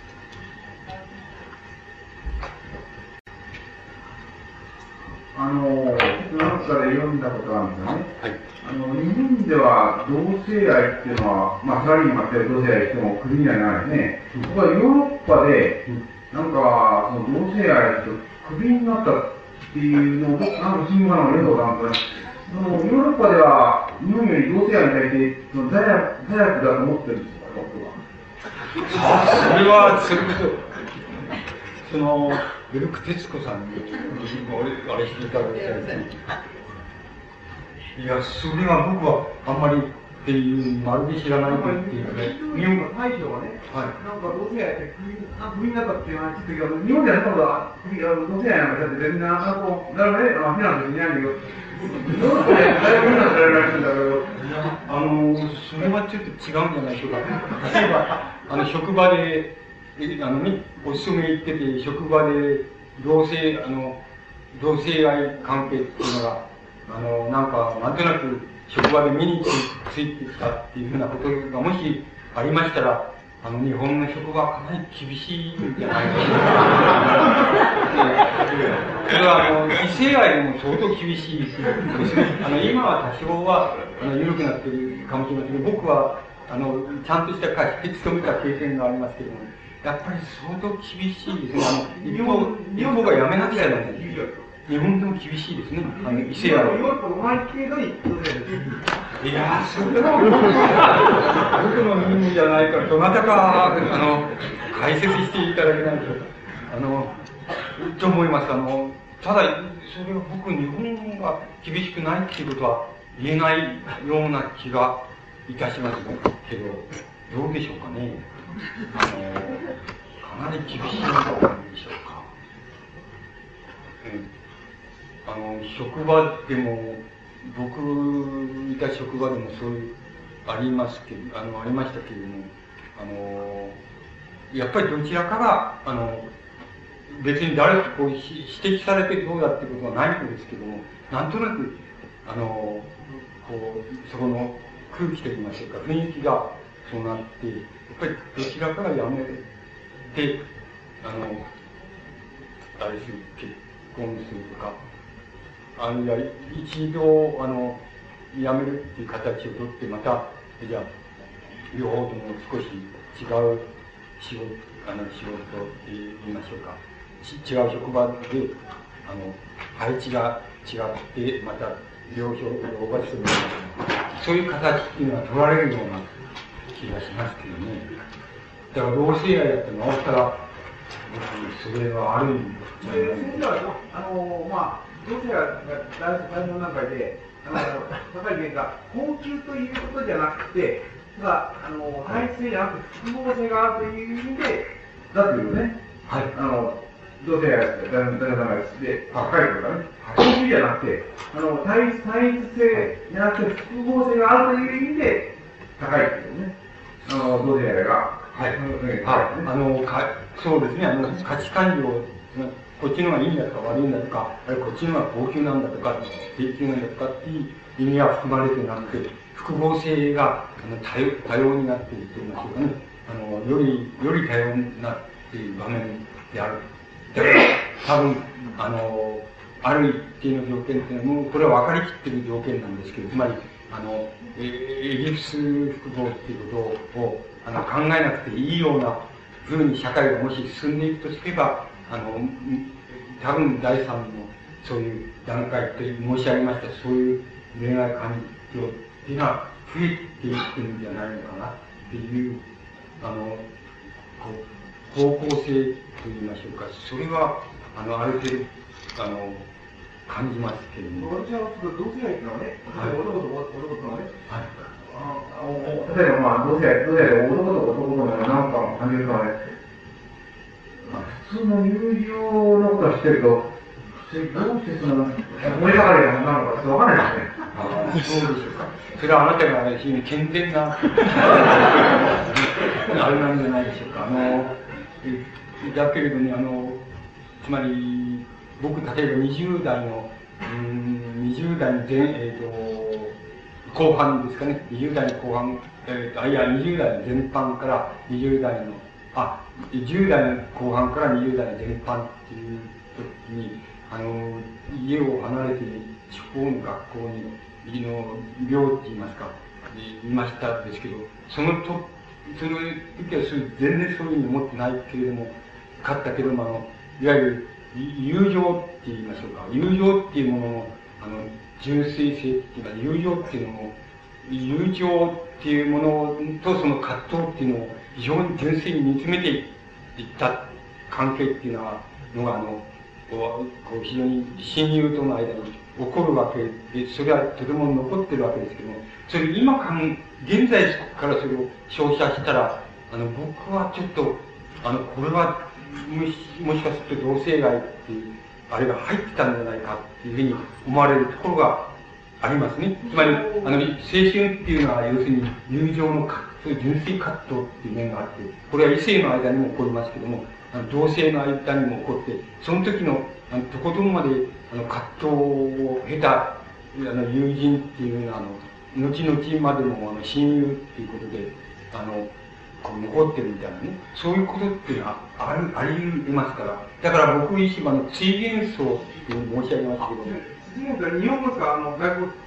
Speaker 5: なんかで読んだことがあるんですよね。
Speaker 2: はい。
Speaker 5: 日本では同性愛っていうのは、まあ、サラリーマンって同性愛してもクビにはならないですね。ところがヨーロッパで、なんか、その同性愛とクビになったっていうのを、なんか新聞の読んだことあるんですよね。ヨーロッパでは、日本より同性愛に対して、その罪悪だと思ってるんですか、僕は。
Speaker 2: それは、それこそ、その、ベルク徹子さんに、あれしていただきたいですね。いや、それは僕はあんまりっていう、まるで知らないとっていうね。
Speaker 5: 日本の大将がね、はい、なんか同性愛ってクビになったっていう話聞いたけど、日本でやったことは、同性愛なんかだって全然、なるほどね、非難としないんだけど、ヨーロッパでだいぶ非難されられてるんだけど、
Speaker 2: それはちょっと違うんじゃないでしょうか。例えば、職場で、お勤め行ってて、職場で同性愛関係っていうのが、なんとなく職場で身についてきたっていうふうなことがもしありましたら、日本の職場はかなり厳しいんじゃないでしょうか。それは、異性愛でも相当厳しいですね。今は多少は、緩くなってるかもしれませんけど、僕は、ちゃんとした会社に勤めた経験がありますけども、やっぱり相当厳しいですね。一方がやめなくちゃならない。日本でも厳しいですね。異性愛。
Speaker 5: ヨーロッパの同じ程度に同性愛です。
Speaker 2: いやー、それは僕の任務じゃないから、どなたか、解説していただけないと、と思います。ただ、それは僕、日本が厳しくないっていうことは言えないような気がいたしますけど、どうでしょうかね。かなり厳しいのでしょうか。職場でも、僕いた職場でもそういう、ありましたけれども、やっぱりどちらかが、別に誰かこう指摘されてどうだってことはないんですけども、なんとなく、こう、そこの空気といいましょうか、雰囲気がそうなって、やっぱりどちらかがやめて、あれする、結婚するとか、あるいは一度、やめるっていう形をとって、また、じゃあ、両方とも少し違う仕事って言いましょうか。違う職場で、配置が違って、また、両方を動かすような、そういう形っていうのは取られるような気がしますけどね。だから、同性愛だってなおさら、それはあるんじゃないですか。
Speaker 5: 先生は、同性愛が大門段階で、高い原価、高級ということじゃなくて、ただ、体質じゃなくて、複合性があるという意味で、だっていうね、
Speaker 2: はい。
Speaker 5: 同性愛で、高いとかね、高級じゃなくて、体質性じゃなくて、複合性があるという意味で、高いっていうね、同性愛が。
Speaker 2: はい。そうですね、価値観上、こっちの方がいいんだとか悪いんだとか、あるいはこっちの方が高級なんだとか、低級なんだとかっていう意味は含まれてなくて、複合性が多様になっていると言いましょうかね。より多様になっている場面である。だから、多分、ある一定の条件っていうのは、もうこれは分かりきっている条件なんですけど、つまり、エギプス複合っていうことを、考えなくていいような風に社会がもし進んでいくとすれば、多分第三のそういう段階と申し上げました、そういう恋愛環境っていうのは増えていくんじゃないのかなっていう、方向性といいましょうか、それは、ある程度、感じますけれども。
Speaker 5: 私は同性愛っていうのはね、男と男とのね、
Speaker 2: はい。
Speaker 5: 例えば同性愛で男と男の何かを感じるからね、普通の友情のことを知ってると、どうしてその、盛り上がるようなのかわからないですね。
Speaker 2: そうでしょうか。それはあなたが非常に健全な、あれなんじゃないでしょうか。だけれどね、つまり、僕、例えば20代の後半ですかね、20代の後半、20代の前半から20代の、10代の後半から20代の前半っていう時に、家を離れて地方の学校に、寮って言いますか、いましたですけど、その時は全然そういうふうに思ってないけれども、かったけども、いわゆる友情って言いましょうか、友情っていうものの、純粋性っていうか、友情っていうのも、友情っていうものとその葛藤っていうのを非常に純粋に見つめていった関係っていうのが、非常に親友との間に起こるわけで、それはとても残ってるわけですけども、それ現在からそれを照射したら、僕はちょっと、これはもしかすると同性愛っていう、あれが入ってたんじゃないかっていうふうに思われるところがありますね。つまり、青春っていうのは、要するに友情のそういう純粋葛藤っていう面があって、これは異性の間にも起こりますけども、同性の間にも起こって、その時の、とことんまで、葛藤を経た、友人っていうのは、後々までも、親友っていうことで、残ってるみたいなね、そういうことっていうのはあり得ますから、だから僕自身は追幻想っていうふうに申し上げましたけど、
Speaker 5: 追幻想は日本語ですか、外国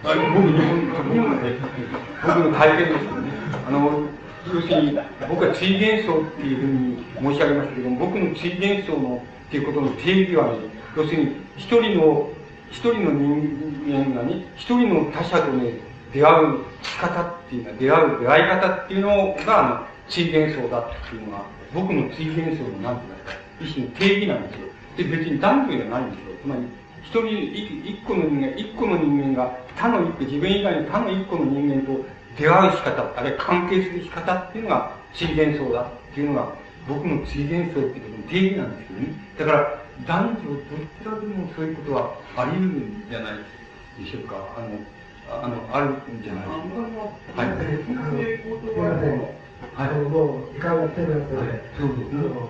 Speaker 2: 僕の体験ですけどね、要するに僕は追幻想っていうふうに申し上げましたけども、僕の追幻想のっていうことの定義はね、要するに一人の人間がね、一人の他者とね、 出会う仕方っていうのは、出会い方っていうのが、追幻想だっていうのが、僕の追幻想のなんて言いますか、一種の定義なんですよ。で、別に男女じゃないんですよ。つまり、一個の人間が自分以外の他の一個の人間と出会う仕方、あるいは関係する仕方っていうのが追幻想だっていうのが、僕の追幻想っていうことの定義なんですよね。だから、男女どちらでもそういうことはあり得るんじゃないでしょうか。あるんじゃないですか。はい。
Speaker 6: はい、もう時間が来てるので、そうです。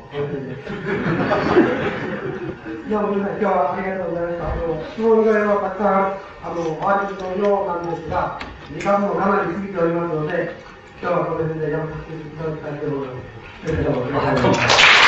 Speaker 6: いや、ごめんなさい、今日はありがとうございました。質問以外はたくさんおありのようなんですが、時間もかなり過ぎておりますので、今日はこれでやめさせていただきたいと思います。